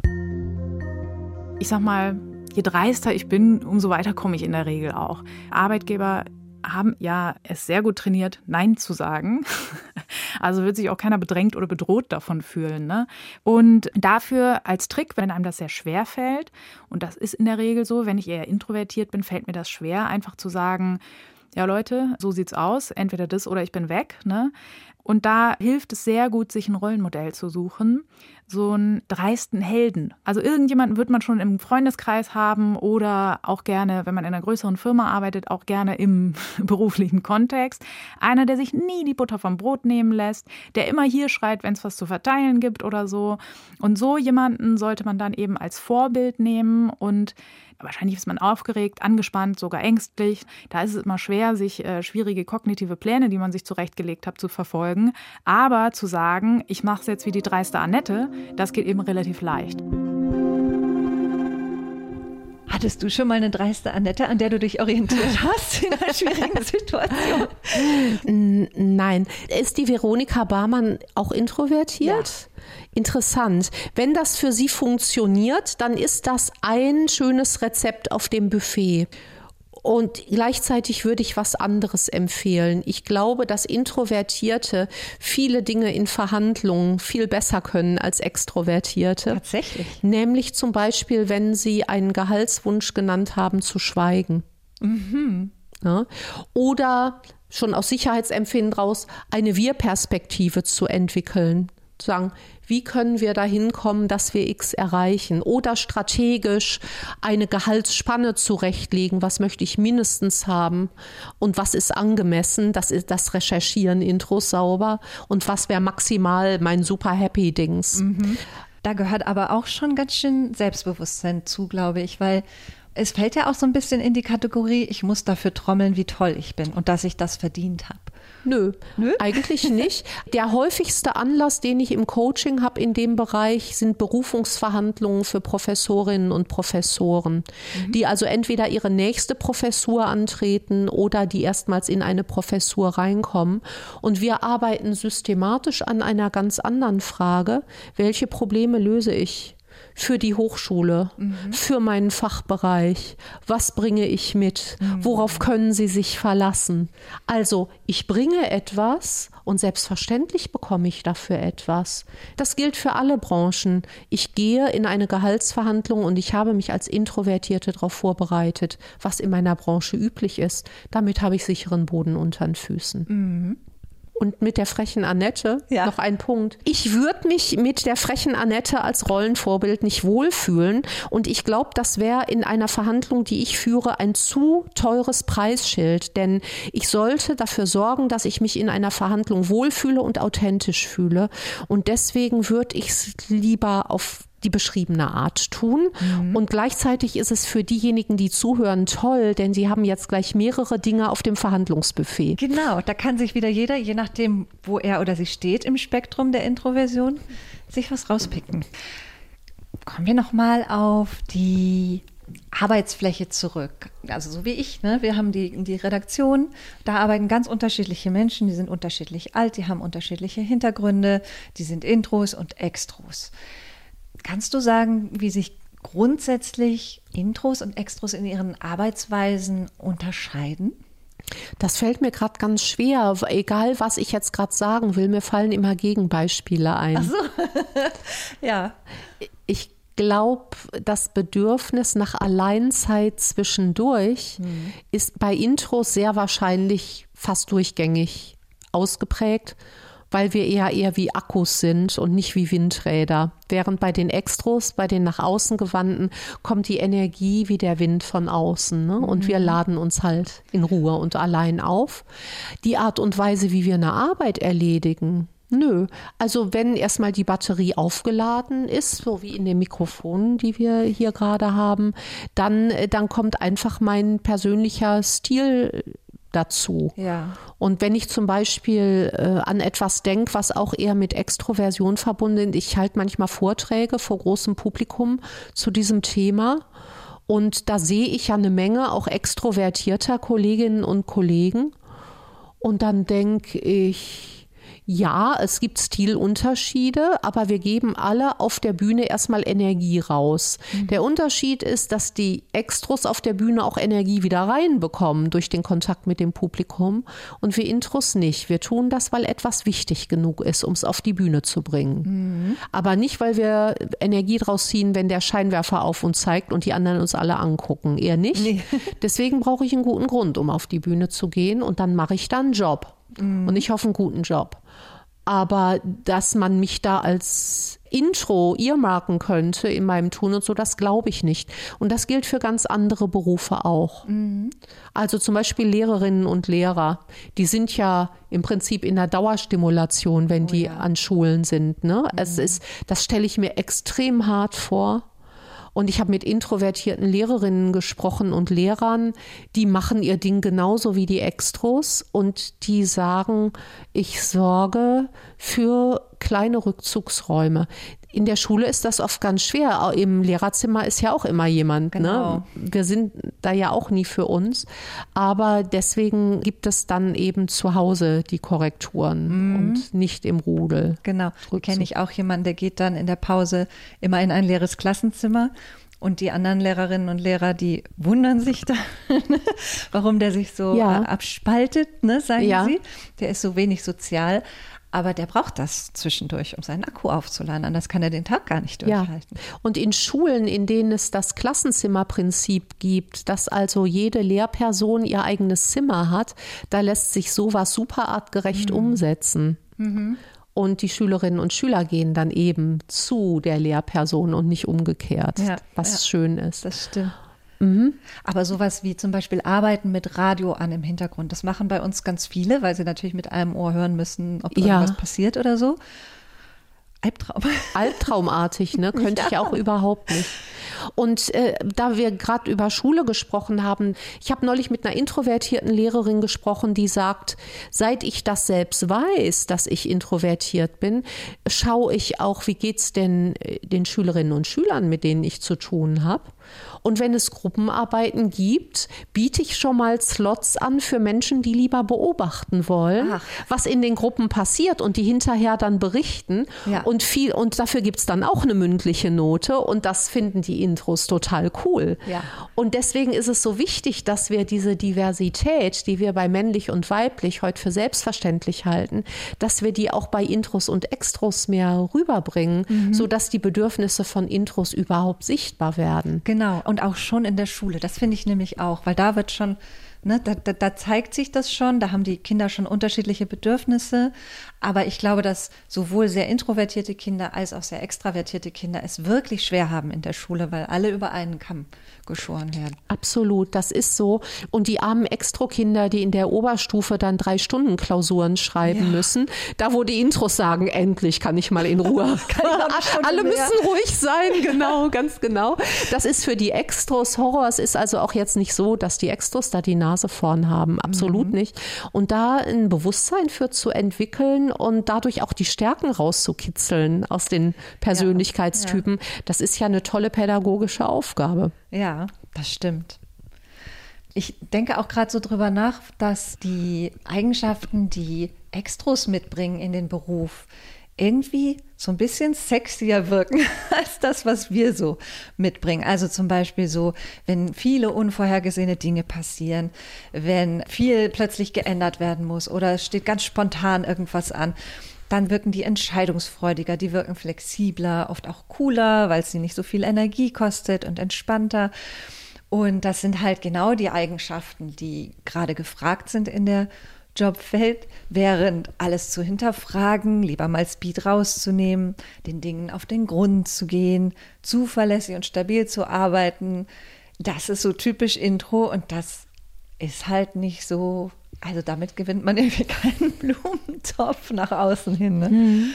S3: Ich sag mal, je dreister ich bin, umso weiter komme ich in der Regel auch. Arbeitgeber haben ja es sehr gut trainiert, Nein zu sagen. Also wird sich auch keiner bedrängt oder bedroht davon fühlen, ne? Und dafür als Trick, wenn einem das sehr schwer fällt, und das ist in der Regel so, wenn ich eher introvertiert bin, fällt mir das schwer, einfach zu sagen, ja Leute, so sieht's aus, entweder das oder ich bin weg, ne? Und da hilft es sehr gut, sich ein Rollenmodell zu suchen, so einen dreisten Helden. Also irgendjemanden wird man schon im Freundeskreis haben oder auch gerne, wenn man in einer größeren Firma arbeitet, auch gerne im beruflichen Kontext. Einer, der sich nie die Butter vom Brot nehmen lässt, der immer hier schreit, wenn es was zu verteilen gibt oder so. Und so jemanden sollte man dann eben als Vorbild nehmen und wahrscheinlich ist man aufgeregt, angespannt, sogar ängstlich. Da ist es immer schwer, sich schwierige kognitive Pläne, die man sich zurechtgelegt hat, zu verfolgen. Aber zu sagen, ich mache es jetzt wie die dreiste Annette, das geht eben relativ leicht.
S2: Hattest du schon mal eine dreiste Annette, an der du dich orientiert hast in einer schwierigen Situation?
S1: Nein. Ist die Veronika Barmann auch introvertiert? Ja. Interessant. Wenn das für sie funktioniert, dann ist das ein schönes Rezept auf dem Buffet. Und gleichzeitig würde ich was anderes empfehlen. Ich glaube, dass Introvertierte viele Dinge in Verhandlungen viel besser können als Extrovertierte.
S2: Tatsächlich.
S1: Nämlich zum Beispiel, wenn sie einen Gehaltswunsch genannt haben, zu schweigen. Mhm. Ja. Oder schon aus Sicherheitsempfinden raus eine Wir-Perspektive zu entwickeln. Zu sagen, wie können wir dahin kommen, dass wir X erreichen? Oder strategisch eine Gehaltsspanne zurechtlegen. Was möchte ich mindestens haben? Und was ist angemessen? Das ist das Recherchieren, Intros sauber. Und was wäre maximal mein super happy Dings?
S2: Mhm. Da gehört aber auch schon ganz schön Selbstbewusstsein zu, glaube ich, weil es fällt ja auch so ein bisschen in die Kategorie, ich muss dafür trommeln, wie toll ich bin und dass ich das verdient habe.
S1: Nö, eigentlich nicht. Der häufigste Anlass, den ich im Coaching habe in dem Bereich, sind Berufungsverhandlungen für Professorinnen und Professoren, die also entweder ihre nächste Professur antreten oder die erstmals in eine Professur reinkommen. Und wir arbeiten systematisch an einer ganz anderen Frage: Welche Probleme löse ich für die Hochschule, für meinen Fachbereich? Was bringe ich mit? Worauf können Sie sich verlassen? Also, ich bringe etwas und selbstverständlich bekomme ich dafür etwas. Das gilt für alle Branchen. Ich gehe in eine Gehaltsverhandlung und ich habe mich als Introvertierte darauf vorbereitet, was in meiner Branche üblich ist. Damit habe ich sicheren Boden unter den Füßen. Mhm. Und mit der frechen Annette noch ein Punkt. Ich würde mich mit der frechen Annette als Rollenvorbild nicht wohlfühlen. Und ich glaube, das wäre in einer Verhandlung, die ich führe, ein zu teures Preisschild. Denn ich sollte dafür sorgen, dass ich mich in einer Verhandlung wohlfühle und authentisch fühle. Und deswegen würde ich es lieber auf die beschriebene Art tun. Und gleichzeitig ist es für diejenigen, die zuhören, toll, denn sie haben jetzt gleich mehrere Dinge auf dem Verhandlungsbuffet.
S2: Genau, da kann sich wieder jeder, je nachdem, wo er oder sie steht im Spektrum der Introversion, sich was rauspicken. Kommen wir nochmal auf die Arbeitsfläche zurück. Also so wie ich, ne? Wir haben die Redaktion, da arbeiten ganz unterschiedliche Menschen, die sind unterschiedlich alt, die haben unterschiedliche Hintergründe, die sind Intros und Extros. Kannst du sagen, wie sich grundsätzlich Intros und Extros in ihren Arbeitsweisen unterscheiden?
S1: Das fällt mir gerade ganz schwer. Egal, was ich jetzt gerade sagen will, mir fallen immer Gegenbeispiele ein.
S2: Ach so. Ja.
S1: Ich glaube, das Bedürfnis nach Alleinzeit zwischendurch ist bei Intros sehr wahrscheinlich fast durchgängig ausgeprägt, weil wir eher wie Akkus sind und nicht wie Windräder. Während bei den Extros, bei den nach außen gewandten, kommt die Energie wie der Wind von außen. Ne? Und wir laden uns halt in Ruhe und allein auf. Die Art und Weise, wie wir eine Arbeit erledigen, nö. Also wenn erstmal die Batterie aufgeladen ist, so wie in den Mikrofonen, die wir hier gerade haben, dann kommt einfach mein persönlicher Stil dazu. Ja. Und wenn ich zum Beispiel an etwas denke, was auch eher mit Extroversion verbunden ist, ich halte manchmal Vorträge vor großem Publikum zu diesem Thema und da sehe ich ja eine Menge auch extrovertierter Kolleginnen und Kollegen und dann denke ich, Ja, es gibt Stilunterschiede, aber wir geben alle auf der Bühne erstmal Energie raus. Der Unterschied ist, dass die Extros auf der Bühne auch Energie wieder reinbekommen durch den Kontakt mit dem Publikum und wir Intros nicht. Wir tun das, weil etwas wichtig genug ist, um es auf die Bühne zu bringen. Aber nicht, weil wir Energie draus ziehen, wenn der Scheinwerfer auf uns zeigt und die anderen uns alle angucken. Eher nicht. Nee. Deswegen brauche ich einen guten Grund, um auf die Bühne zu gehen und dann mache ich da einen Job. Und ich hoffe, einen guten Job. Aber dass man mich da als Intro earmarken könnte in meinem Tun und so, das glaube ich nicht. Und das gilt für ganz andere Berufe auch. Also zum Beispiel Lehrerinnen und Lehrer, die sind ja im Prinzip in der Dauerstimulation, wenn die an Schulen sind. Ne? Das stelle ich mir extrem hart vor. Und ich habe mit introvertierten Lehrerinnen gesprochen und Lehrern, die machen ihr Ding genauso wie die Extros und die sagen, ich sorge für kleine Rückzugsräume. In der Schule ist das oft ganz schwer. Im Lehrerzimmer ist ja auch immer jemand. Genau. Ne? Wir sind da ja auch nie für uns. Aber deswegen gibt es dann eben zu Hause die Korrekturen und nicht im Rudel.
S2: Genau. Kenne ich auch jemanden, der geht dann in der Pause immer in ein leeres Klassenzimmer. Und die anderen Lehrerinnen und Lehrer, die wundern sich da, warum der sich so abspaltet, ne, sagen sie. Der ist so wenig sozial. Aber der braucht das zwischendurch, um seinen Akku aufzuladen. Anders kann er den Tag gar nicht durchhalten.
S1: Ja. Und in Schulen, in denen es das Klassenzimmerprinzip gibt, dass also jede Lehrperson ihr eigenes Zimmer hat, da lässt sich sowas super artgerecht umsetzen. Und die Schülerinnen und Schüler gehen dann eben zu der Lehrperson und nicht umgekehrt, was schön ist.
S2: Das stimmt. Aber sowas wie zum Beispiel Arbeiten mit Radio an im Hintergrund, das machen bei uns ganz viele, weil sie natürlich mit einem Ohr hören müssen, ob irgendwas passiert oder so. Albtraum.
S1: Albtraumartig, ne? Könnte ich auch überhaupt nicht. Und da wir gerade über Schule gesprochen haben, ich habe neulich mit einer introvertierten Lehrerin gesprochen, die sagt, seit ich das selbst weiß, dass ich introvertiert bin, schaue ich auch, wie geht's denn den Schülerinnen und Schülern, mit denen ich zu tun habe. Und wenn es Gruppenarbeiten gibt, biete ich schon mal Slots an für Menschen, die lieber beobachten wollen, was in den Gruppen passiert und die hinterher dann berichten. Ja. Und dafür gibt es dann auch eine mündliche Note und das finden die Intros total cool. Ja. Und deswegen ist es so wichtig, dass wir diese Diversität, die wir bei männlich und weiblich heute für selbstverständlich halten, dass wir die auch bei Intros und Extros mehr rüberbringen, sodass die Bedürfnisse von Intros überhaupt sichtbar werden.
S2: Genau, und auch schon in der Schule. Das finde ich nämlich auch, weil da wird schon, ne, da zeigt sich das schon, da haben die Kinder schon unterschiedliche Bedürfnisse. Aber ich glaube, dass sowohl sehr introvertierte Kinder als auch sehr extravertierte Kinder es wirklich schwer haben in der Schule, weil alle über einen Kamm geschoren werden.
S1: Absolut, das ist so. Und die armen Extrokinder, die in der Oberstufe dann 3-Stunden-Klausuren schreiben müssen, da wo die Intros sagen, endlich kann ich mal in Ruhe. Alle müssen ruhig sein, genau, ganz genau. Das ist für die Extros Horror. Es ist also auch jetzt nicht so, dass die Extros da die Nase vorn haben. Absolut nicht. Und da ein Bewusstsein für zu entwickeln und dadurch auch die Stärken rauszukitzeln aus den Persönlichkeitstypen, das ist ja eine tolle pädagogische Aufgabe.
S2: Ja, das stimmt. Ich denke auch gerade so drüber nach, dass die Eigenschaften, die Extros mitbringen in den Beruf, irgendwie so ein bisschen sexier wirken als das, was wir so mitbringen. Also zum Beispiel so, wenn viele unvorhergesehene Dinge passieren, wenn viel plötzlich geändert werden muss oder es steht ganz spontan irgendwas an, dann wirken die entscheidungsfreudiger, die wirken flexibler, oft auch cooler, weil sie nicht so viel Energie kostet und entspannter. Und das sind halt genau die Eigenschaften, die gerade gefragt sind in der Jobwelt, während alles zu hinterfragen, lieber mal Speed rauszunehmen, den Dingen auf den Grund zu gehen, zuverlässig und stabil zu arbeiten, das ist so typisch Intro und das ist halt nicht so, also damit gewinnt man irgendwie keinen Blumentopf nach außen hin. Ne?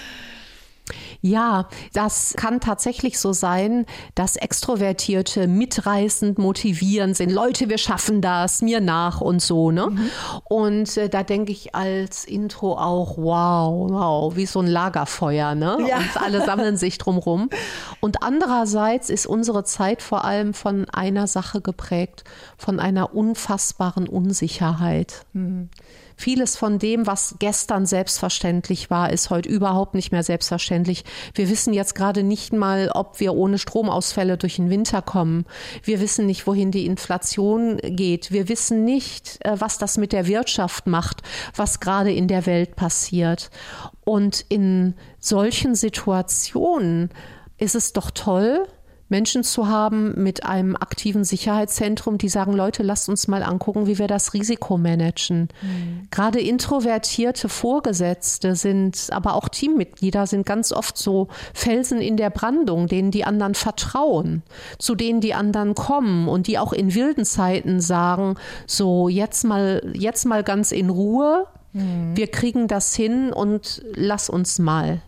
S1: Ja, das kann tatsächlich so sein, dass Extrovertierte mitreißend motivierend sind. Leute, wir schaffen das, mir nach und so. Ne? Und da denke ich als Intro auch, wow, wie so ein Lagerfeuer. Ne? Ja. Und alle sammeln sich drumrum. Und andererseits ist unsere Zeit vor allem von einer Sache geprägt, von einer unfassbaren Unsicherheit. Vieles von dem, was gestern selbstverständlich war, ist heute überhaupt nicht mehr selbstverständlich. Wir wissen jetzt gerade nicht mal, ob wir ohne Stromausfälle durch den Winter kommen. Wir wissen nicht, wohin die Inflation geht. Wir wissen nicht, was das mit der Wirtschaft macht, was gerade in der Welt passiert. Und in solchen Situationen ist es doch toll, Menschen zu haben mit einem aktiven Sicherheitszentrum, die sagen, Leute, lasst uns mal angucken, wie wir das Risiko managen. Gerade introvertierte Vorgesetzte aber auch Teammitglieder sind ganz oft so Felsen in der Brandung, denen die anderen vertrauen, zu denen die anderen kommen und die auch in wilden Zeiten sagen, so jetzt mal ganz in Ruhe, wir kriegen das hin und lass uns mal.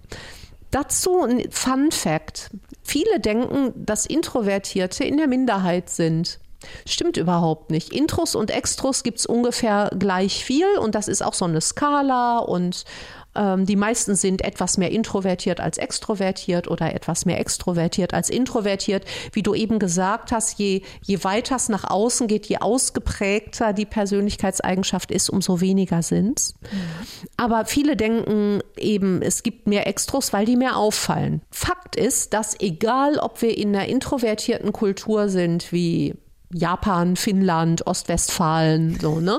S1: Dazu ein Fun Fact. Viele denken, dass Introvertierte in der Minderheit sind. Stimmt überhaupt nicht. Intros und Extros gibt es ungefähr gleich viel und das ist auch so eine Skala und die meisten sind etwas mehr introvertiert als extrovertiert oder etwas mehr extrovertiert als introvertiert. Wie du eben gesagt hast, je weiter es nach außen geht, je ausgeprägter die Persönlichkeitseigenschaft ist, umso weniger sind es. Aber viele denken eben, es gibt mehr Extros, weil die mehr auffallen. Fakt ist, dass egal, ob wir in einer introvertierten Kultur sind, wie Japan, Finnland, Ostwestfalen, so, ne?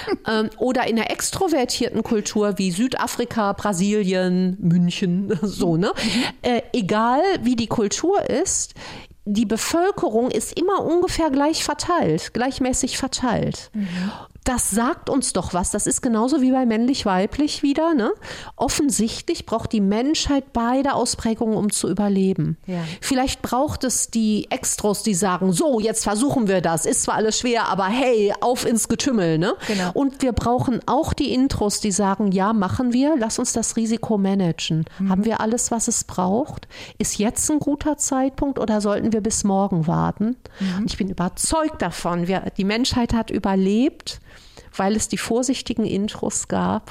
S1: Oder in einer extrovertierten Kultur wie Südafrika, Brasilien, München, so, ne? Egal wie die Kultur ist, die Bevölkerung ist immer ungefähr gleichmäßig verteilt. Das sagt uns doch was. Das ist genauso wie bei männlich-weiblich wieder. Ne? Offensichtlich braucht die Menschheit beide Ausprägungen, um zu überleben. Ja. Vielleicht braucht es die Extros, die sagen, so, jetzt versuchen wir das. Ist zwar alles schwer, aber hey, auf ins Getümmel. Ne? Genau. Und wir brauchen auch die Intros, die sagen, ja, machen wir. Lass uns das Risiko managen. Haben wir alles, was es braucht? Ist jetzt ein guter Zeitpunkt oder sollten wir bis morgen warten? Und ich bin überzeugt davon, die Menschheit hat überlebt, weil es die vorsichtigen Intros gab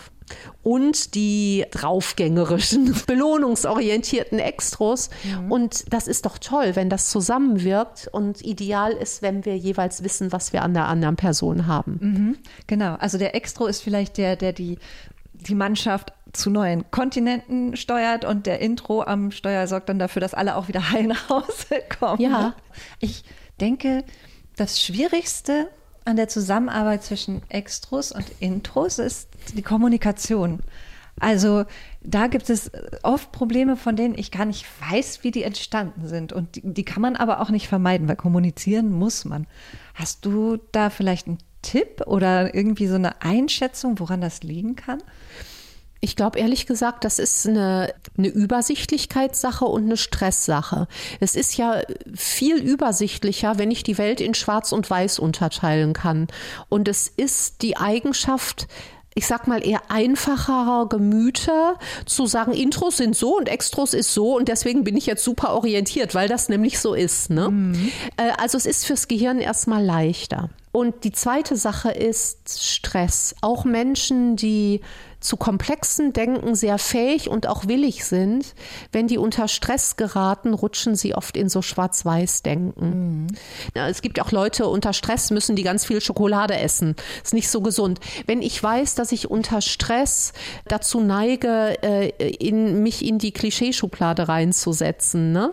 S1: und die draufgängerischen, belohnungsorientierten Extros. Und das ist doch toll, wenn das zusammenwirkt und ideal ist, wenn wir jeweils wissen, was wir an der anderen Person haben.
S2: Genau, also der Extro ist vielleicht der die Mannschaft zu neuen Kontinenten steuert und der Intro am Steuer sorgt dann dafür, dass alle auch wieder heil nach Hause kommen.
S1: Ja.
S2: Ich denke, das Schwierigste an der Zusammenarbeit zwischen Extros und Intros ist die Kommunikation. Also da gibt es oft Probleme, von denen ich gar nicht weiß, wie die entstanden sind. Und die kann man aber auch nicht vermeiden, weil kommunizieren muss man. Hast du da vielleicht einen Tipp oder irgendwie so eine Einschätzung, woran das liegen kann?
S1: Ich glaube, ehrlich gesagt, das ist eine Übersichtlichkeitssache und eine Stresssache. Es ist ja viel übersichtlicher, wenn ich die Welt in Schwarz und Weiß unterteilen kann. Und es ist die Eigenschaft, ich sag mal, eher einfacherer Gemüter zu sagen, Intros sind so und Extros ist so und deswegen bin ich jetzt super orientiert, weil das nämlich so ist. Ne? Also es ist fürs Gehirn erstmal leichter. Und die zweite Sache ist Stress. Auch Menschen, die zu komplexen Denken sehr fähig und auch willig sind, wenn die unter Stress geraten, rutschen sie oft in so Schwarz-Weiß-Denken. Ja, es gibt auch Leute, unter Stress müssen die ganz viel Schokolade essen. Ist nicht so gesund. Wenn ich weiß, dass ich unter Stress dazu neige, mich in die Klischeeschublade reinzusetzen, ne?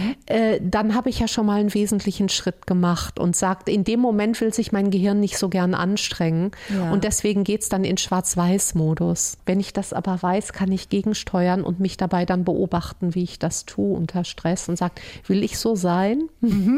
S1: Dann habe ich ja schon mal einen wesentlichen Schritt gemacht und sagt, in dem Moment will sich mein Gehirn nicht so gern anstrengen. Ja. Und deswegen geht es dann in Schwarz-Weiß-Modus. Wenn ich das aber weiß, kann ich gegensteuern und mich dabei dann beobachten, wie ich das tue unter Stress und sage, will ich so sein?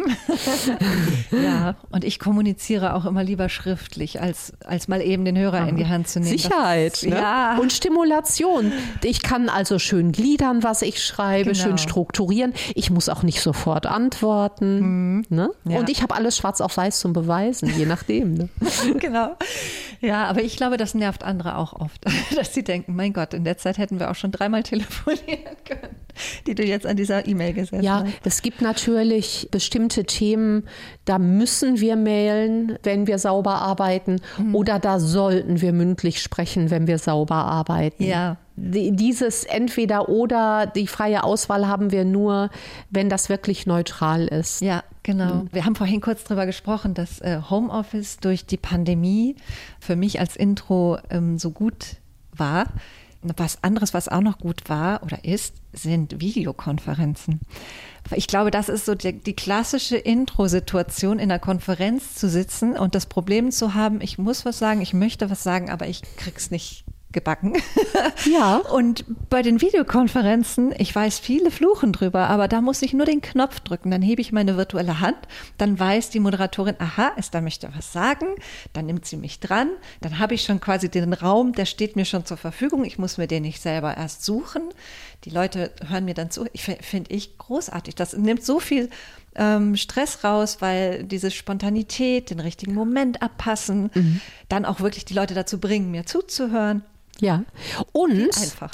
S2: Ja, und ich kommuniziere auch immer lieber schriftlich, als mal eben den Hörer in die Hand zu nehmen.
S1: Sicherheit, ne? Ja. Und Stimulation. Ich kann also schön gliedern, was ich schreibe, schön strukturieren. Ich muss auch nicht sofort antworten. Ne? Ja. Und ich habe alles schwarz auf weiß zum Beweisen, je nachdem. Ne?
S2: Genau. Ja, aber ich glaube, das nervt andere auch oft, dass sie denken, mein Gott, in der Zeit hätten wir auch schon 3-mal telefonieren können, die du jetzt an dieser E-Mail gesetzt hast.
S1: Ja, es gibt natürlich bestimmte Themen, da müssen wir mailen, wenn wir sauber arbeiten, oder da sollten wir mündlich sprechen, wenn wir sauber arbeiten.
S2: Ja.
S1: Dieses entweder oder, die freie Auswahl haben wir nur, wenn das wirklich neutral ist.
S2: Ja, genau. Wir haben vorhin kurz drüber gesprochen, dass Homeoffice durch die Pandemie für mich als Intro so gut war. Was anderes, was auch noch gut war oder ist, sind Videokonferenzen. Ich glaube, das ist so die klassische Intro-Situation, in einer Konferenz zu sitzen und das Problem zu haben, ich muss was sagen, ich möchte was sagen, aber ich krieg's nicht gebacken.
S1: Ja.
S2: Und bei den Videokonferenzen, ich weiß, viele fluchen drüber, aber da muss ich nur den Knopf drücken, dann hebe ich meine virtuelle Hand, dann weiß die Moderatorin, aha, Esther möchte was sagen, dann nimmt sie mich dran, dann habe ich schon quasi den Raum, der steht mir schon zur Verfügung, ich muss mir den nicht selber erst suchen. Die Leute hören mir dann zu, finde ich großartig. Das nimmt so viel Stress raus, weil diese Spontanität, den richtigen Moment abpassen, dann auch wirklich die Leute dazu bringen, mir zuzuhören.
S1: Ja, und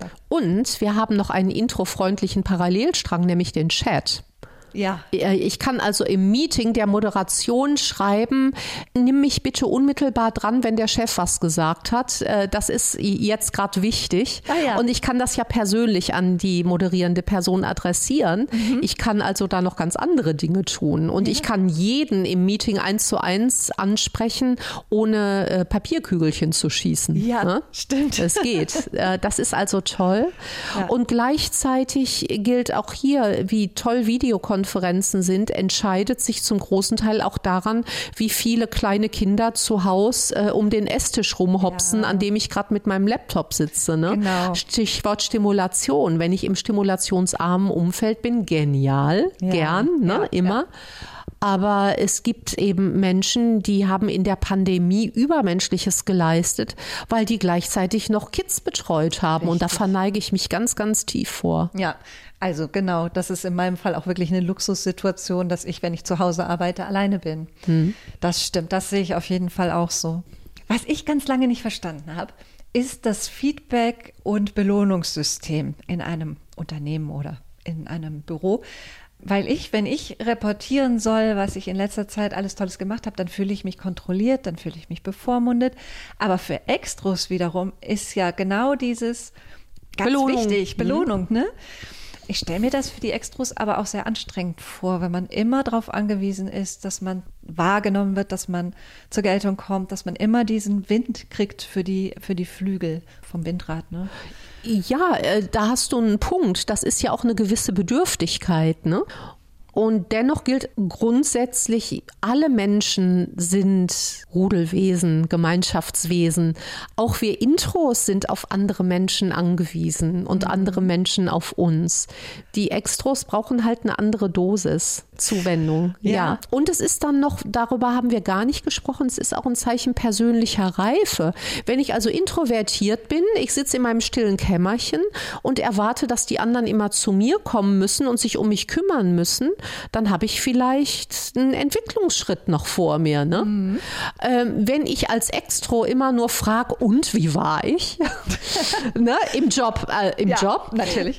S1: wir haben noch einen introfreundlichen Parallelstrang, nämlich den Chat.
S2: Ja.
S1: Ich kann also im Meeting der Moderation schreiben, nimm mich bitte unmittelbar dran, wenn der Chef was gesagt hat. Das ist jetzt gerade wichtig.
S2: Ja. Und
S1: ich kann das ja persönlich an die moderierende Person adressieren. Ich kann also da noch ganz andere Dinge tun. Und ich kann jeden im Meeting 1:1 ansprechen, ohne Papierkügelchen zu schießen.
S2: Ja,
S1: ne?
S2: Stimmt.
S1: Es geht. Das ist also toll. Ja. Und gleichzeitig gilt auch hier, wie toll Videokonferenzen sind, entscheidet sich zum großen Teil auch daran, wie viele kleine Kinder zu Hause um den Esstisch rumhopsen, an dem ich gerade mit meinem Laptop sitze. Ne?
S2: Genau.
S1: Stichwort Stimulation. Wenn ich im stimulationsarmen Umfeld bin, genial, gern, ne? Immer. Ja. Aber es gibt eben Menschen, die haben in der Pandemie Übermenschliches geleistet, weil die gleichzeitig noch Kids betreut haben. Richtig. Und da verneige ich mich ganz, ganz tief vor.
S2: Ja, also genau, das ist in meinem Fall auch wirklich eine Luxussituation, dass ich, wenn ich zu Hause arbeite, alleine bin. Das stimmt, das sehe ich auf jeden Fall auch so. Was ich ganz lange nicht verstanden habe, ist das Feedback- und Belohnungssystem in einem Unternehmen oder in einem Büro. Weil wenn ich reportieren soll, was ich in letzter Zeit alles Tolles gemacht habe, dann fühle ich mich kontrolliert, dann fühle ich mich bevormundet. Aber für Extros wiederum ist ja genau dieses ganz wichtig, Belohnung, ne? Ich stelle mir das für die Extros aber auch sehr anstrengend vor, wenn man immer darauf angewiesen ist, dass man wahrgenommen wird, dass man zur Geltung kommt, dass man immer diesen Wind kriegt für die Flügel vom Windrad, ne?
S1: Ja, da hast du einen Punkt. Das ist ja auch eine gewisse Bedürftigkeit, ne? Und dennoch gilt grundsätzlich, alle Menschen sind Rudelwesen, Gemeinschaftswesen. Auch wir Intros sind auf andere Menschen angewiesen und andere Menschen auf uns. Die Extros brauchen halt eine andere Dosis, Zuwendung. Ja. Und es ist dann noch, darüber haben wir gar nicht gesprochen, es ist auch ein Zeichen persönlicher Reife. Wenn ich also introvertiert bin, ich sitze in meinem stillen Kämmerchen und erwarte, dass die anderen immer zu mir kommen müssen und sich um mich kümmern müssen, dann habe ich vielleicht einen Entwicklungsschritt noch vor mir. Ne? Wenn ich als Extro immer nur frage, und wie war ich? Ne? Im Job.
S2: Natürlich.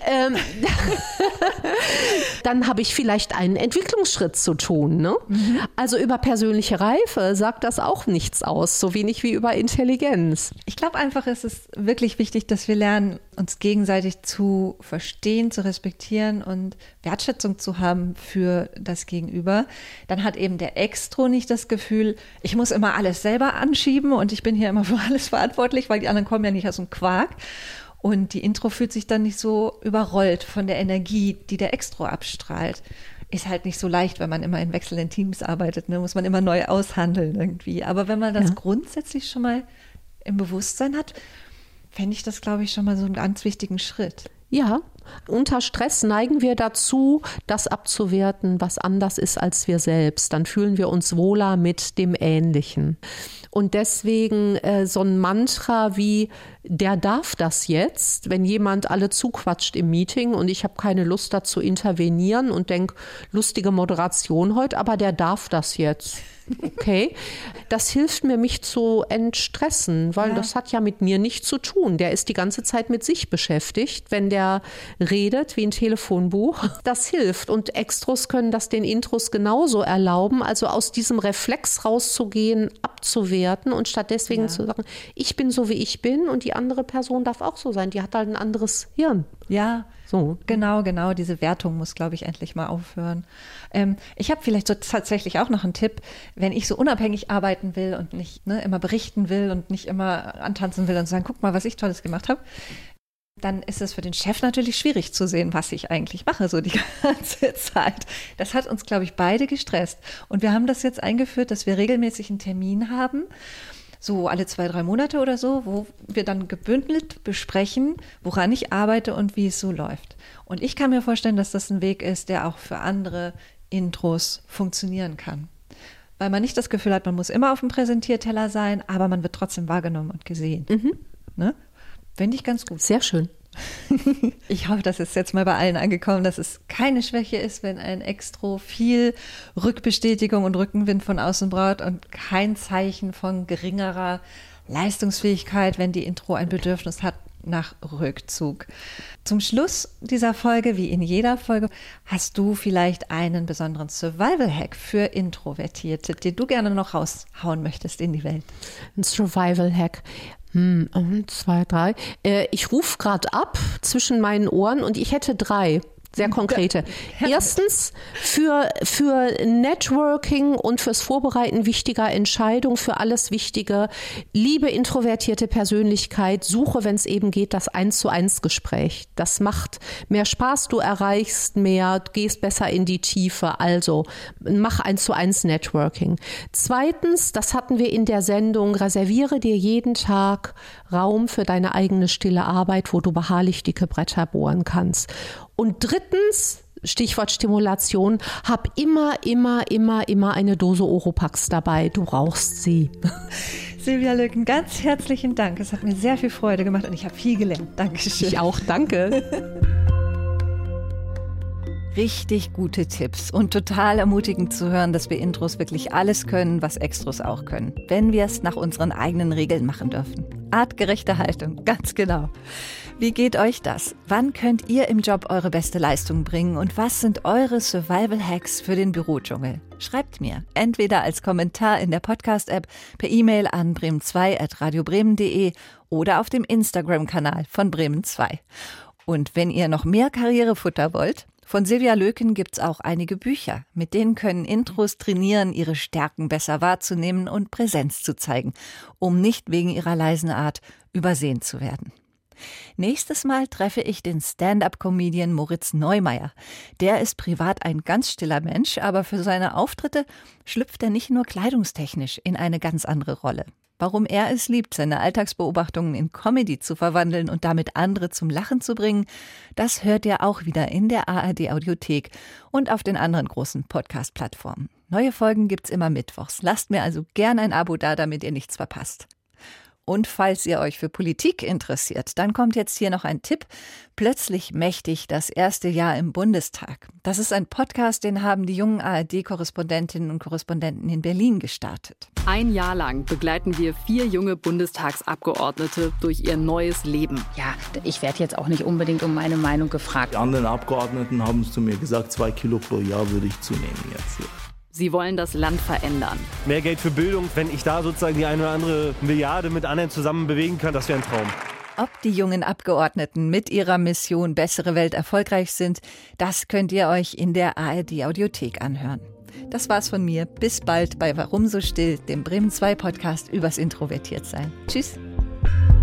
S1: Dann habe ich vielleicht einen Entwicklungsschritt zu tun. Ne? Also über persönliche Reife sagt das auch nichts aus, so wenig wie über Intelligenz.
S2: Ich glaube einfach, es ist wirklich wichtig, dass wir lernen, uns gegenseitig zu verstehen, zu respektieren und Wertschätzung zu haben für das Gegenüber. Dann hat eben der Extro nicht das Gefühl, ich muss immer alles selber anschieben und ich bin hier immer für alles verantwortlich, weil die anderen kommen ja nicht aus dem Quark. Und die Intro fühlt sich dann nicht so überrollt von der Energie, die der Extro abstrahlt. Ist halt nicht so leicht, wenn man immer in wechselnden Teams arbeitet, ne? Muss man immer neu aushandeln irgendwie. Aber wenn man das grundsätzlich schon mal im Bewusstsein hat, fände ich das, glaube ich, schon mal so einen ganz wichtigen Schritt.
S1: Ja, unter Stress neigen wir dazu, das abzuwerten, was anders ist als wir selbst. Dann fühlen wir uns wohler mit dem Ähnlichen. Und deswegen so ein Mantra wie, der darf das jetzt, wenn jemand alle zuquatscht im Meeting und ich habe keine Lust dazu intervenieren und denke, lustige Moderation heute, aber der darf das jetzt. Okay, das hilft mir, mich zu entstressen, weil das hat ja mit mir nichts zu tun. Der ist die ganze Zeit mit sich beschäftigt. Wenn der redet wie ein Telefonbuch. Das hilft und Extros können das den Intros genauso erlauben, also aus diesem Reflex rauszugehen, abzuwerten und statt deswegen zu sagen, ich bin so, wie ich bin und die andere Person darf auch so sein, die hat halt ein anderes Hirn.
S2: Ja,
S1: so.
S2: Genau, diese Wertung muss, glaube ich, endlich mal aufhören. Ich habe vielleicht so tatsächlich auch noch einen Tipp, wenn ich so unabhängig arbeiten will und nicht immer berichten will und nicht immer antanzen will und sagen, guck mal, was ich Tolles gemacht habe, dann ist es für den Chef natürlich schwierig zu sehen, was ich eigentlich mache, so die ganze Zeit. Das hat uns, glaube ich, beide gestresst. Und wir haben das jetzt eingeführt, dass wir regelmäßig einen Termin haben, so alle 2-3 Monate oder so, wo wir dann gebündelt besprechen, woran ich arbeite und wie es so läuft. Und ich kann mir vorstellen, dass das ein Weg ist, der auch für andere Intros funktionieren kann. Weil man nicht das Gefühl hat, man muss immer auf dem Präsentierteller sein, aber man wird trotzdem wahrgenommen und gesehen. Ne? Finde ich ganz gut.
S1: Sehr schön.
S2: Ich hoffe, das ist jetzt mal bei allen angekommen, dass es keine Schwäche ist, wenn ein Extro viel Rückbestätigung und Rückenwind von außen braucht und kein Zeichen von geringerer Leistungsfähigkeit, wenn die Intro ein Bedürfnis hat nach Rückzug. Zum Schluss dieser Folge, wie in jeder Folge, hast du vielleicht einen besonderen Survival-Hack für Introvertierte, den du gerne noch raushauen möchtest in die Welt.
S1: Ein Survival-Hack. 2, 3. Ich rufe gerade ab zwischen meinen Ohren und ich hätte 3. Sehr konkrete. Erstens für Networking und fürs Vorbereiten wichtiger Entscheidungen, für alles Wichtige. Liebe introvertierte Persönlichkeit, suche, wenn es eben geht, das 1:1 Gespräch. Das macht mehr Spaß, du erreichst mehr, gehst besser in die Tiefe. Also mach 1:1 Networking. Zweitens, das hatten wir in der Sendung, reserviere dir jeden Tag Raum für deine eigene stille Arbeit, wo du beharrlich dicke Bretter bohren kannst. Und drittens, Stichwort Stimulation, hab immer eine Dose Oropax dabei. Du brauchst sie.
S2: Silvia Löken, ganz herzlichen Dank. Es hat mir sehr viel Freude gemacht und ich habe viel gelernt. Dankeschön.
S1: Ich auch, danke.
S2: Richtig gute Tipps und total ermutigend zu hören, dass wir Intros wirklich alles können, was Extros auch können, wenn wir es nach unseren eigenen Regeln machen dürfen. Artgerechte Haltung, ganz genau. Wie geht euch das? Wann könnt ihr im Job eure beste Leistung bringen und was sind eure Survival-Hacks für den Bürodschungel? Schreibt mir, entweder als Kommentar in der Podcast-App, per E-Mail an bremen2@radiobremen.de oder auf dem Instagram-Kanal von Bremen2. Und wenn ihr noch mehr Karrierefutter wollt, von Silvia Löken gibt's auch einige Bücher. Mit denen können Intros trainieren, ihre Stärken besser wahrzunehmen und Präsenz zu zeigen, um nicht wegen ihrer leisen Art übersehen zu werden. Nächstes Mal treffe ich den Stand-up-Comedian Moritz Neumeier. Der ist privat ein ganz stiller Mensch, aber für seine Auftritte schlüpft er nicht nur kleidungstechnisch in eine ganz andere Rolle. Warum er es liebt, seine Alltagsbeobachtungen in Comedy zu verwandeln und damit andere zum Lachen zu bringen, das hört ihr auch wieder in der ARD-Audiothek und auf den anderen großen Podcast-Plattformen. Neue Folgen gibt's immer mittwochs. Lasst mir also gern ein Abo da, damit ihr nichts verpasst. Und falls ihr euch für Politik interessiert, dann kommt jetzt hier noch ein Tipp. Plötzlich mächtig, das erste Jahr im Bundestag. Das ist ein Podcast, den haben die jungen ARD-Korrespondentinnen und Korrespondenten in Berlin gestartet.
S4: Ein Jahr lang begleiten wir 4 junge Bundestagsabgeordnete durch ihr neues Leben.
S5: Ja, ich werde jetzt auch nicht unbedingt um meine Meinung gefragt.
S6: Die anderen Abgeordneten haben es zu mir gesagt, 2 Kilo pro Jahr würde ich zunehmen jetzt hier.
S4: Sie wollen das Land verändern.
S7: Mehr Geld für Bildung, wenn ich da sozusagen die eine oder andere Milliarde mit anderen zusammen bewegen kann, das wäre ein Traum.
S2: Ob die jungen Abgeordneten mit ihrer Mission Bessere Welt erfolgreich sind, das könnt ihr euch in der ARD-Audiothek anhören. Das war's von mir. Bis bald bei Warum so still, dem Bremen 2 Podcast übers Introvertiertsein. Tschüss.